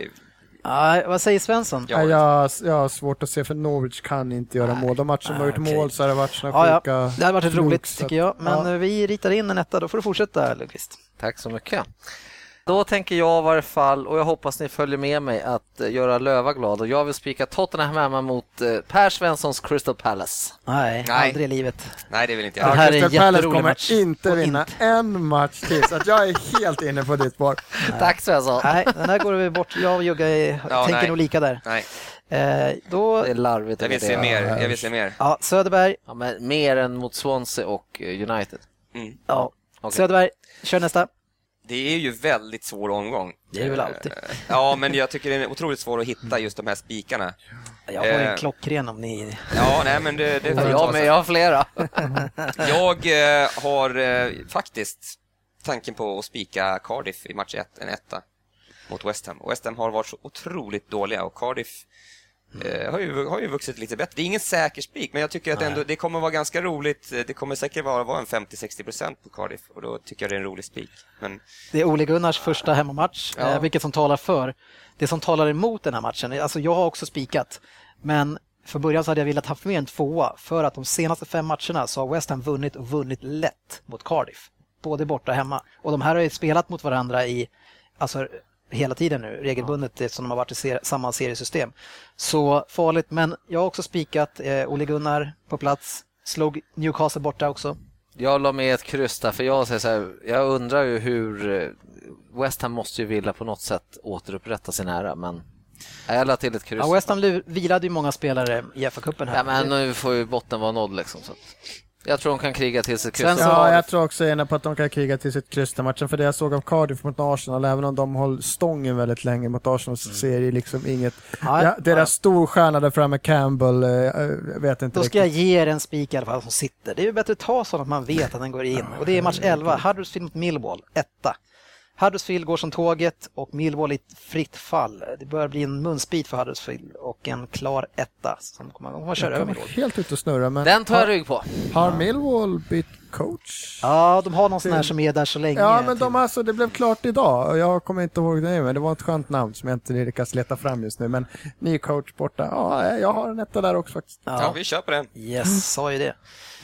Vad säger Svensson? Ja, jag har svårt att se, för Norwich kan inte göra mål. De matcher som har gjort mål så har det varit såna sjuka... Ja. Det har varit roligt tycker jag. Men vi ritar in en etta, då får du fortsätta, Lundqvist. Tack så mycket. Då tänker jag i varje fall, och jag hoppas ni följer med mig, att göra Löva glad. Och jag vill spika Tottenham hemma mot Per Svenssons Crystal Palace. Nej, aldrig i livet. Nej, det vill inte Det jag. här är en Crystal Palace jätterolig kommer match. inte vinna en match till, så att jag är helt inne på ditt spår. Tack Svensson. Nej, den här går vi bort. Jag och Jugga tänker nog lika där. Nej. Då... Det är larvigt. Jag vill se mer. Ja, Söderberg. Ja, men mer än mot Swansea och United. Ja, Okay. Söderberg, kör nästa. Det är ju väldigt svår omgång. Det är väl alltid. Ja, men jag tycker det är otroligt svårt att hitta just de här spikarna. Jag har en klockren om ni... Ja, nej, men det får Ja, men jag har flera. Jag har faktiskt tanken på att spika Cardiff i match 1, en etta mot West Ham. West Ham har varit så otroligt dåliga och Cardiff har ju vuxit lite bättre. Det är ingen säker spik, men jag tycker att ändå det kommer vara ganska roligt. Det kommer säkert vara en 50-60% på Cardiff, och då tycker jag det är en rolig spik. Men... Det är Ole Gunnars första hemmamatch, vilket som talar för. Det som talar emot den här matchen, alltså jag har också spikat, men för början så hade jag velat ha med en 2 för att de senaste 5 matcherna så har West Ham vunnit lätt mot Cardiff. Både borta och hemma. Och de här har ju spelat mot varandra i... Alltså, hela tiden nu, regelbundet, som de har varit i samma seriesystem. Så farligt, men jag har också spikat Ole Gunnar på plats, slog Newcastle borta också. Jag la med ett kryss där, för jag säger så här, jag undrar ju hur West Ham måste ju vilja på något sätt återupprätta sin ära, men jag la till ett kryss. Ja, West Ham vilade ju många spelare i FA-cupen här. Ja, men nu får ju botten vara nådd liksom, så jag tror de kan kriga till sitt kryss. Ja, jag tror också på att de kan kriga till sitt kryss i matchen. För det jag såg av Cardiff mot Arsenal, även om de höll stången väldigt länge mot Arsenal, så ser det liksom inget... deras storstjärna där framme, Campbell, vet inte. Då ska jag ge er en spik i alla fall som sitter. Det är ju bättre att ta så att man vet att den går in. Och det är match 11, Huddersfield mot Millwall, 1. Huddersfield går som tåget och Millwall i fritt fall. Det börjar bli en munsbit för Huddersfield och en klar 1 som kommer köra över Millwall. Helt ute och snurra, men den tar jag rygg på. Har Millwall bytt coach? Ja, de har någon sån här som är där så länge. Ja, men det blev klart idag och jag kommer inte ihåg det, men det var ett skönt namn som jag inte lyckas leta fram just nu, men ny coach borta. Ja, jag har en 1 där också faktiskt. Ja, vi köper den. Yes, sa ju det.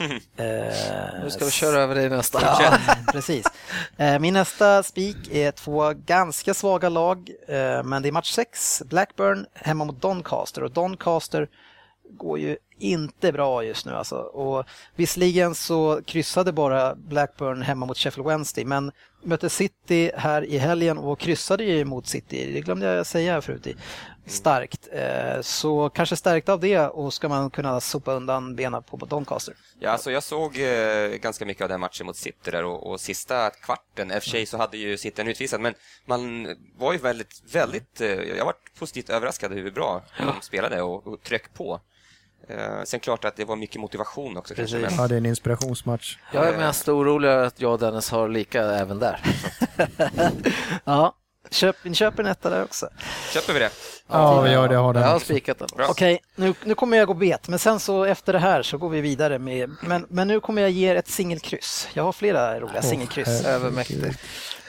Nu ska vi köra över det nästa. Ja, precis. Min nästa spik är 2 ganska svaga lag, men det är match 6. Blackburn hemma mot Doncaster, och Doncaster går ju inte bra just nu alltså. Och visserligen så kryssade bara Blackburn hemma mot Sheffield Wednesday, men mötte City här i helgen och kryssade ju mot City. Det glömde jag säga förut starkt. Så kanske stärkt av det, och ska man kunna sopa undan benen på Doncaster. Ja, alltså jag såg ganska mycket av den matchen mot City där, och sista kvarten, i och för sig så hade ju City en utvisad, men man var ju väldigt jag var positivt överraskad hur bra de spelade och tryck på. Sen klart att det var mycket motivation också. Kanske, men... Ja, det är en inspirationsmatch. Jag är mest orolig att jag och Dennis har lika även där. Ja, Köper en etta där också. Köper vi det? Ja, vi gör det. Har Jag har den. spikat den. Okej, nu kommer jag gå bet, men sen så efter det här så går vi vidare med, men nu kommer jag ge er ett singelkryss. Jag har flera roliga singelkryss. Övermäktigt.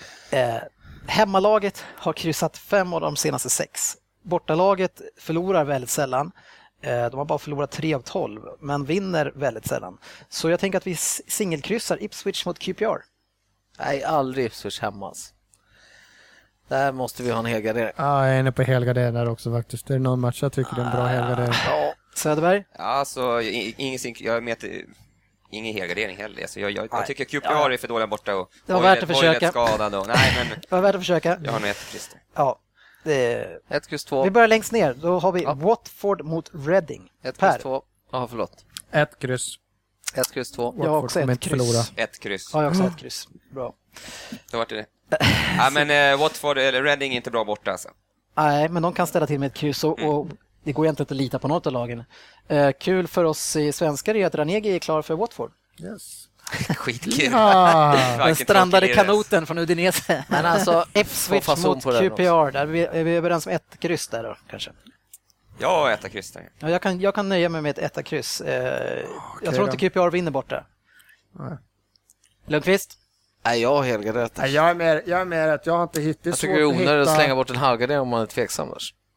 Hemmalaget har kryssat 5 av de senaste 6. Bortalaget förlorar väldigt sällan. De har bara förlorat 3 av 12, men vinner väldigt sällan. Så jag tänker att vi singelkryssar Ipswich mot QPR. Nej, aldrig Ipswich hemmas. Där måste vi ha en helgardering. Ja, jag är inne på helgardering där också faktiskt. Det är någon match jag tycker det är en bra helgardering. Ja, Söderberg? Ja, alltså, jag är med ingen helgardering heller. Alltså, jag tycker QPR är för dåliga borta och det var värt att försöka. Skadad och, nej, men Det var värt att försöka. jag har nog ett kryss. Ja, det 1-2. vi börjar längst ner. Då har vi Watford mot Reading. 1-2. Ja, förlåt. 1 kryss. 1-2. Jag har också kommer ett inte förlora. kryss. Ett kryss. Ja, jag har också ett kryss. Bra. Då vart det. Ja, men Watford eller Reading är inte bra borta alltså. Nej, men de kan ställa till med ett kryss och det går egentligen inte att lita på något av lagen. Kul för oss i svenskar är att Ranegi är klar för Watford. Yes. Skitkul. Den strandade kanoten från Udinese. Men alltså, Ipswich få fason mot på den QPR. Där är vi överens om ett kryss där då, kanske. Ja, ett kryss där. Ja, jag kan nöja mig med ett etta kryss. Jag tror inte QPR vinner borta. Nej. Lundqvist? Nej, jag har helgarderat. Nej, jag är med att jag har inte hittat. Jag tycker det är onödigt att slänga bort en halvgardering om man är tveksam.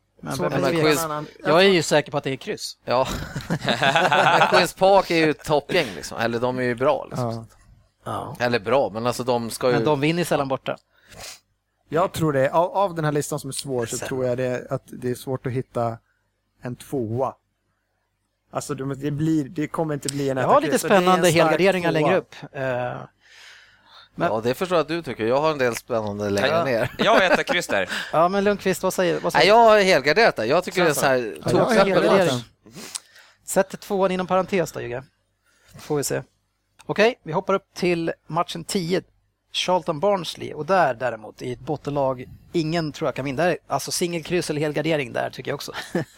Jag är ju säker på att det är kryss. Ja. Men Queens Park är ju ett toppgäng liksom. Eller de är ju bra liksom. Ja. Eller bra, men alltså de ska ju... Men de vinner sällan borta. Jag tror det. Av den här listan som är svår så tror jag att det är svårt att hitta en 2. Alltså det kommer inte bli en Jag har lite spännande helgarderingar längre upp. Men... Ja, det förstår jag att du tycker. Jag har en del spännande längre ner. Jag har ett kryss där. Ja, men Lundqvist, vad säger? Nej, jag har helgarderat där. Jag tycker det är så här... Sätt 2 inom parentes då, Jugge. Får vi se. Okej, vi hoppar upp till matchen 10. Charlton Barnsley. Och där däremot, i ett bottenlag, ingen tror jag kan vinna. Alltså singelkryss eller helgardering där tycker jag också.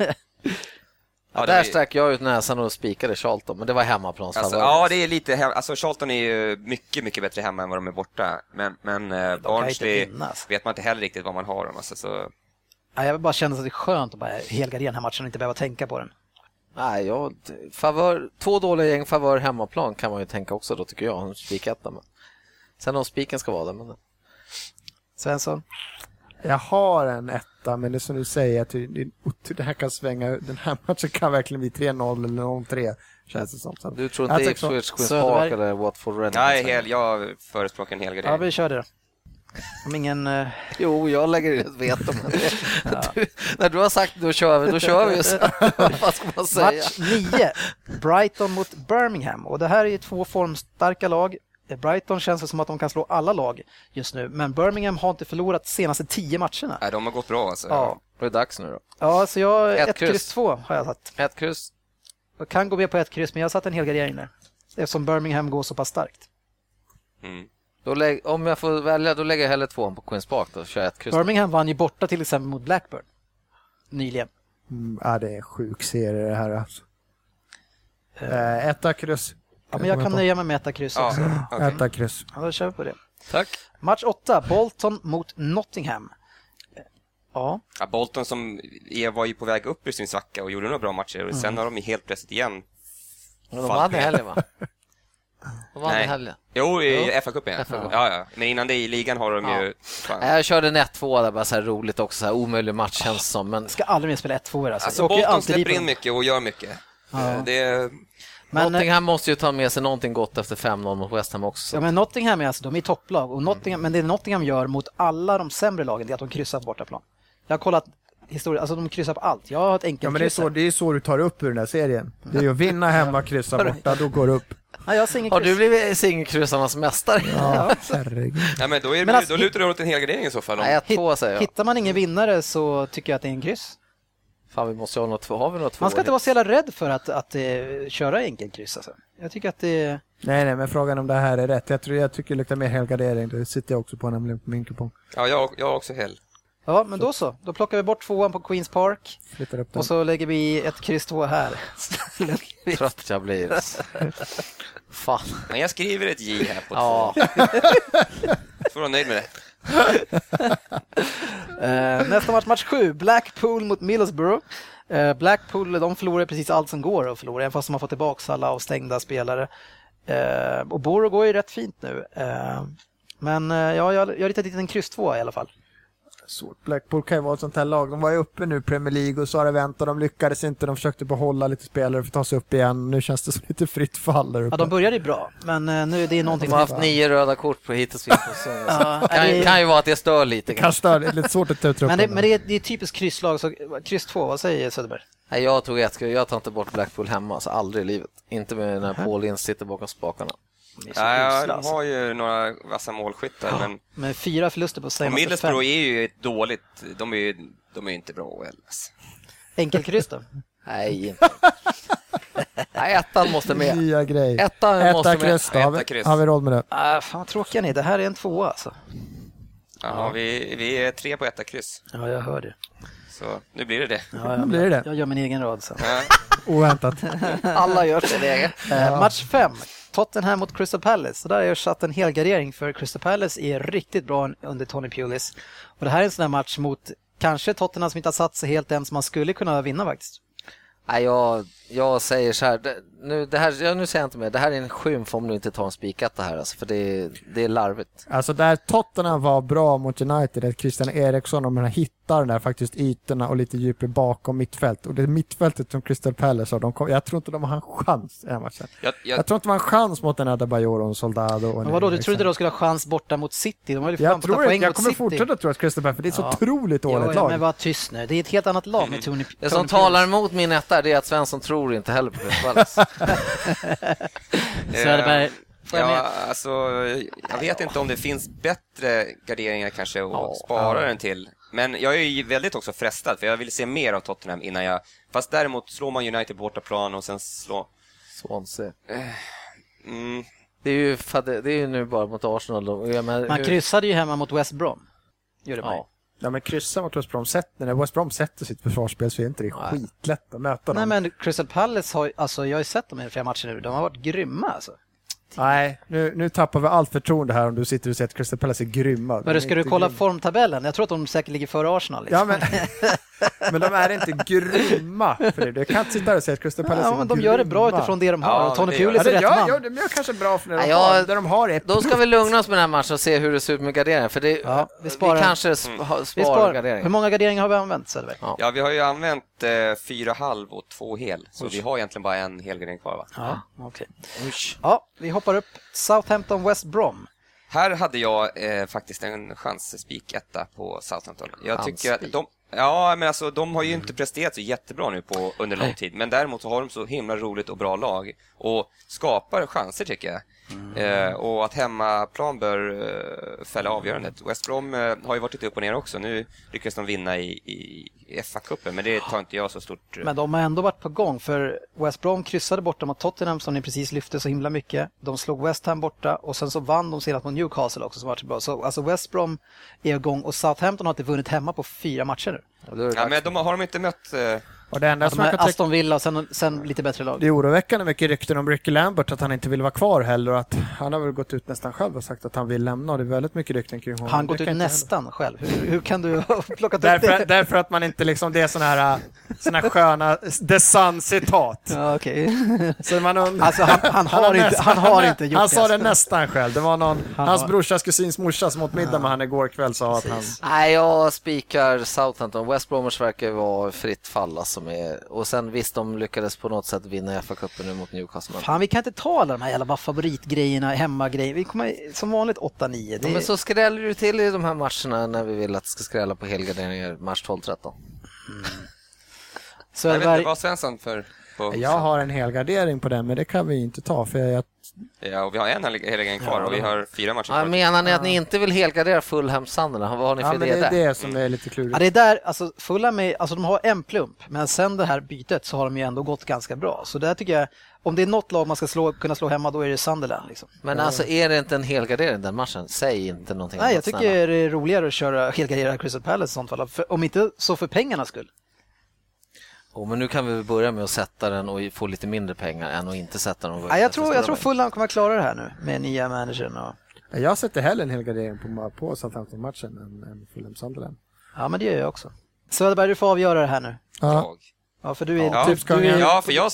Ja, där sträcker jag ut näsan och spikade Charlton, men det var hemmaplans. Alltså, ja, det är lite alltså Charlton är ju mycket bättre hemma än vad de är borta. Men Barnsley vet man inte heller riktigt vad man har dem. Alltså, så... Ja, jag bara kände att det är skönt att bara helgardera den här matchen och inte behöva tänka på den. Nej, två dåliga gäng favör hemmaplan kan man ju tänka också då, tycker jag. En spiketta, men sen om spiken ska vara där. Men... Svensson? Jag har en etta, men det är som du säger att det här kan svänga. Den här matchen kan verkligen bli 3-0 eller 0-3, känns det som. Så du tror inte Ipswich, Queens Park eller Watford Reading? Nej, jag förespråkar en helgardering. Ja, vi kör det då. Om ingen... Jo, jag lägger ett veto. När du har sagt då kör vi. Vad ska man säga? Match 9. Brighton mot Birmingham. Och det här är 2 formstarka lag. Brighton känns som att de kan slå alla lag just nu. Men Birmingham har inte förlorat de senaste 10 matcherna. Nej, de har gått bra alltså. Ja. Det är dags nu då. Ja, så jag 1-2 har jag satt. 1 kryss. Jag kan gå med på 1 kryss, men jag har satt en helgardering där. Eftersom Birmingham går så pass starkt. Om jag får välja, då lägger jag hellre 2 på Queens Park då, kör jag 1 kryss. Birmingham vann ju borta till exempel mot Blackburn nyligen. Ja, det är en sjuk serie det här alltså. 1 kryss. Ja, men jag kan nöja mig med 1 kryss också. Okay. 1 kryss. Ja, då kör vi på det. Tack. Match 8, Bolton mot Nottingham. Ja, Bolton som var ju på väg upp ur sin svacka och gjorde några bra matcher. Och sen har de helt plötsligt igen. Men de vann i helgen, va? De vann i helgen. Jo, i FA-cupen. Ja. Men innan det i ligan har de ju... Jag körde en 1-2 där, bara så här roligt också, så här omöjlig match känns som. Men... ska aldrig mer spela 1-2 alltså Bolton släpper in mycket och gör mycket. Det Nottingham måste ju ta med sig någonting gott efter 5-0 mot West Ham också. Ja, men Nottingham är de är topplag. Och men det Nottingham gör mot alla de sämre lagen är att de kryssar på bortaplan. Jag har kollat historia, alltså de kryssar på allt. Jag har ett enkelt kryss. Men det är så du tar upp ur den här serien. Det är ju att vinna hemma, kryssa borta, då går det upp. Ja, jag har du blivit singelkryssarnas mästare? Ja, herregud. Ja, men då lutar du åt en helgardering i så fall. Nej, 1-2 säger jag. Hittar man ingen vinnare så tycker jag att det är en kryss. Fan, vi måste ha något. Har vi något? Man ska inte vara så jävla rädd för att köra enkelkryss alltså. Jag tycker att det... Nej, men frågan om det här är rätt. Jag tycker det luktar mer helgardering. Det sitter jag också på nämligen på min kupong. Ja, jag har också hell. Ja, men då så. Då plockar vi bort 2 på Queens Park. Flyttar upp den. Och så lägger vi ett kryss 2 här. Trött jag blir. Fan. Men jag skriver ett J här på 2. får vara nöjd med det. Nästa match 7, Blackpool mot Middlesbrough. Blackpool, de förlorar precis allt som går att förlora, även fast de har fått tillbaka alla avstängda spelare. Och Borough går ju rätt fint nu. Men jag ritar dit en kryss 2 i alla fall. Svårt. Blackpool kan ju vara ett sånt här lag. De var ju uppe nu i Premier League och så har det vänt och de lyckades inte. De försökte behålla lite spelare för att ta sig upp igen. Nu känns det som lite fritt fall där uppe. Ja, de började ju bra, men nu det är någonting. De har haft 9 röda kort på hittills. Kan ju vara att det stör lite. Det kan störa, lite svårt att ta ut. Men det är typiskt krysslag, så kryss 2, vad säger Söderberg? Nej, jag tar inte bort Blackpool hemma, alltså aldrig i livet. Inte med när Paul Ince sitter bakom spakarna. Ja, de har ju några vassa målskyttar. Ja, men med 4 förluster på sig. Middlesbrough är ju ett dåligt. De är ju inte bra heller. Enkelkryss då? Nej, inte. Nej, ettan måste med. Nya grej. Ettan måste kryss, med. Har vi råd med det? Fan, tråkiga ni. Det här är en 2 alltså. Ja, vi är 3 på etta kryss. Ja, jag hör det. Så nu blir det. Ja, blir det. Jag gör min egen rad sen. Ja. Oväntat. Alla gör sin egen. Match 5. Tottenham mot Crystal Palace. Så där har jag satt en helgardering, för Crystal Palace är riktigt bra under Tony Pulis. Och det här är en sån här match mot kanske Tottenham som inte har satt sig helt än, som man skulle kunna vinna faktiskt. Nej, jag säger så här, nu säger jag inte mer. Det här är en skymf om du inte tar en spikat det här, alltså, för det är larvigt. Alltså där Tottenham var bra mot United, att Christian Eriksson och de här hittar där faktiskt ytorna och lite djupare bakom mittfält. Och det är mittfältet som Crystal Palace har. Jag tror inte de har en chans i den matchen. Jag tror inte de har en chans mot den här Adebayor och Soldado. Men vadå, du tror inte de skulle ha chans borta mot City? De har ju jag kommer fortsätta tro att Crystal Palace, för det är så otroligt dåligt lag. Men var tyst nu, det är ett helt annat lag med Tony. Det som talar emot min etta, det är att Svensson tror inte heller på Crystal Palace. Söderberg, alltså, jag vet inte om det finns bättre garderingar kanske att spara den till. Men jag är ju väldigt också frestad, för jag vill se mer av Tottenham innan jag... Fast däremot slår man United bortaplan och sen slår... Swansea. Det är ju nu bara mot Arsenal då. Man kryssade ju hemma mot West Brom. Gjorde man. Ja, men kryssa mot West Brom. När West Brom sätter sitt försvarsspel så är inte det skitlätt att möta dem. Nej, men Crystal Palace har, alltså jag har ju sett dem i flera matcher nu. De har varit grymma alltså. Nej, nu tappar vi allt förtroende här om du sitter och säger att Crystal Palace är grymma. Men ska du kolla formtabellen? Jag tror att de säkert ligger före Arsenal. Liksom. Ja, men de är inte grymma för det. Du kan inte sitta där och säga att Crystal Palace är grymma. Men de gör det bra utifrån det de har. Och Tony Pulis är rätt man. Ja, de gör kanske bra för det de har. Då ska vi lugna oss med den här matchen och se hur det ser ut med garderingen. För vi kanske sparar garderingen. Hur många garderingar har vi använt, Söderberg? Ja, vi har ju använt 4,5 och 2 hel. Så vi har egentligen bara en helgardering kvar, va? Ja, okej. Ja, vi hoppar upp. Southampton West Brom. Här hade jag faktiskt en chans spik etta på Southampton. Jag tycker att de har ju inte presterat så jättebra nu under lång tid, men däremot så har de så himla roligt och bra lag och skapar chanser, tycker jag. Och att hemmaplan bör fälla avgörandet. West Brom har ju varit lite upp och ner också. Nu lyckas de vinna i FA-cupen, men det tar inte jag så stort. Men de har ändå varit på gång, för West Brom kryssade borta mot Tottenham som ni precis lyfte så himla mycket. De slog West Ham borta och sen så vann de senast mot Newcastle också som var så bra. Så alltså West Brom är igång och Southampton har inte vunnit hemma på 4 matcher nu. Ja, men har de inte mött... Och det enda som Aston Villa och sen lite bättre lag. Det är oroväckande mycket rykten om Ricky Lambert, att han inte vill vara kvar heller, och att han har väl gått ut nästan själv och sagt att han vill lämna, och det är väldigt mycket rykten kring honom. Han gått ut nästan själv. Hur kan du ha plockat upp det? Därför att man inte liksom, det är såna här sköna The Sun-citat. Ja, okej. Så man alltså han har inte gjort han sa det alltså. Nästan själv. Det var hans brorsas kusins morsa som åt middag med han igår kväll sa att han... Nej, jag spikar Southampton. West Bromwich verkar vara fritt fall alltså och sen visst, de lyckades på något sätt vinna FA-cupen nu mot Newcastle. Fan, vi kan inte ta alla de här jävla favoritgrejerna, hemmagrejer. Vi kommer som vanligt 8-9. Men så skräller du till i de här matcherna när vi vill att det ska skrälla på helgarderingar match 12-13. Så jag vet inte vad Svensson för... Jag har en helgardering på den, men det kan vi inte ta för Ja, och vi har en helgardering kvar och vi har 4 matcher kvar. Menar ni att ni inte vill helgardera Fulham-Sandlerna? Vad har ni för det är det som är lite klurigt. Ja, det är där, alltså Fulham alltså de har en plump, men sen det här bytet så har de ju ändå gått ganska bra. Så där tycker jag, om det är något lag man ska kunna slå hemma, då är det Sunderland liksom. Men alltså är det inte en helgardering den matchen? Säg inte någonting. Nej, jag tycker det är roligare att köra helgardera Crystal Palace i sånt fall. Om inte så för pengarnas skull. Men nu kan vi börja med att sätta den och få lite mindre pengar än att inte sätta den. Jag tror Fulham kommer att klara det här nu med nya managern. Jag sätter hellre en helgardering på Southampton-matchen än Fulham Sunderland. Ja, men det gör jag också. Söderberg, du får avgöra det här nu. Ja, för du är för jag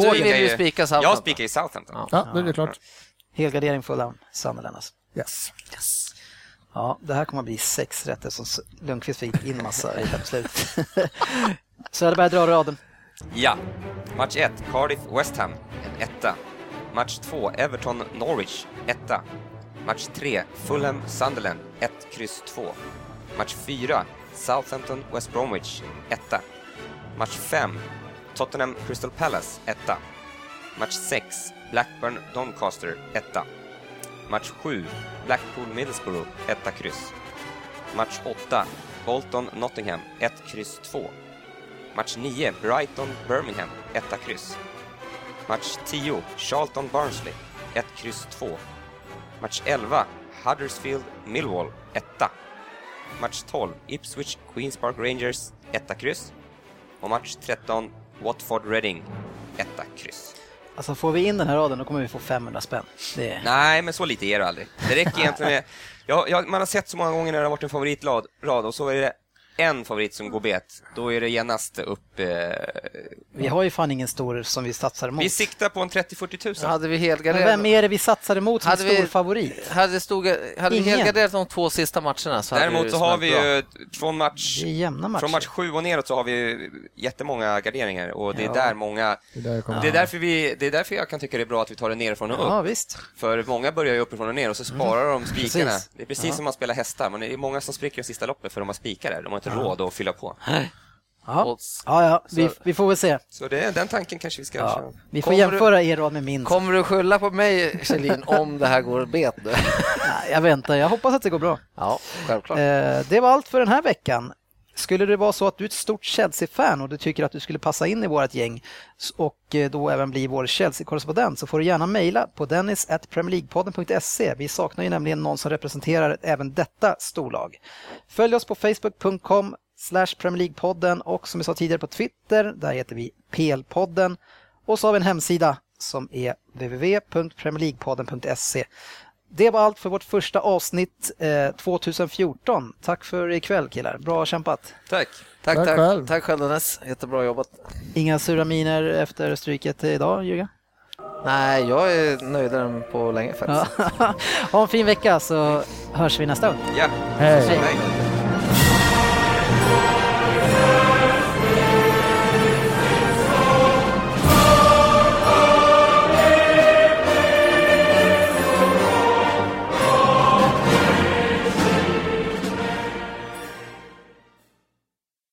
spikar i Southampton. Ja, det är klart. Helgardering Fulham Sunderland alltså. Yes. Ja, det här kommer att bli 6 rätter som Lundqvist fick in massa i slut. Söderberg drar raden. Ja. Match 1, Cardiff West Ham, en etta. Match 2, Everton Norwich, etta. Match 3, Fulham Sunderland, 1-2. Match 4, Southampton West Bromwich, etta. Match 5, Tottenham Crystal Palace, etta. Match 6, Blackburn Doncaster, etta. Match 7, Blackpool Middlesbrough, 1-. Match 8, Bolton Nottingham, 1-2. Match 9, Brighton Birmingham, 1-. Match 10, Charlton Barnsley, 1-2. Match 11, Huddersfield Millwall, 1. Match 12, Ipswich Queens Park Rangers, 1-. Och match 13, Watford Reading, 1-. Alltså får vi in den här raden då kommer vi få 500 spänn. Nej, men så lite är det aldrig. Det räcker egentligen med... Man har sett så många gånger när det har varit en favoritrad och så är det en favorit som går bet. Då är det genast upp... Vi har ju fan ingen stor som vi satsar emot. Vi siktar på en 30-40 000. Hade vi helgarderat... Men vem är det vi satsar emot som stor favorit? Hade vi helgarderat de 2 sista matcherna så däremot så har vi ju från match 7 och neråt så har vi ju jättemånga garderingar och det är där många... Det är därför jag kan tycka det är bra att vi tar det nerifrån och upp. Ja, visst. För många börjar ju uppifrån och ner och så sparar de spikarna. Det är precis som man spelar hästar. Men det är många som spricker i sista loppet för de har spikar där. De har inte råd att fylla på. Ja. Vi får väl se. Så den tanken kanske vi ska köra. Vi får jämföra er rad med min. Kommer du skylla på mig, Kjellin, om det här går bet? Nej, jag väntar. Jag hoppas att det går bra. Ja, självklart. Det var allt för den här veckan. Skulle det vara så att du är ett stort Chelsea-fan och du tycker att du skulle passa in i vårt gäng och då även bli vår Chelsea-korrespondent så får du gärna mejla på dennis@premierleaguepodden.se. Vi saknar ju nämligen någon som representerar även detta storlag. Följ oss på facebook.com/Premier League-podden och som jag sa tidigare på Twitter, där heter vi PL-podden. Och så har vi en hemsida som är www.premierleaguepodden.se. Det var allt för vårt första avsnitt 2014. Tack för ikväll killar, bra kämpat. Tack själv Dennis, jättebra jobbat. Inga sura miner efter stryket idag, Jürgen? Nej, jag är nöjdare på länge faktiskt. Ha en fin vecka så hörs vi nästa gång. Ja, hej.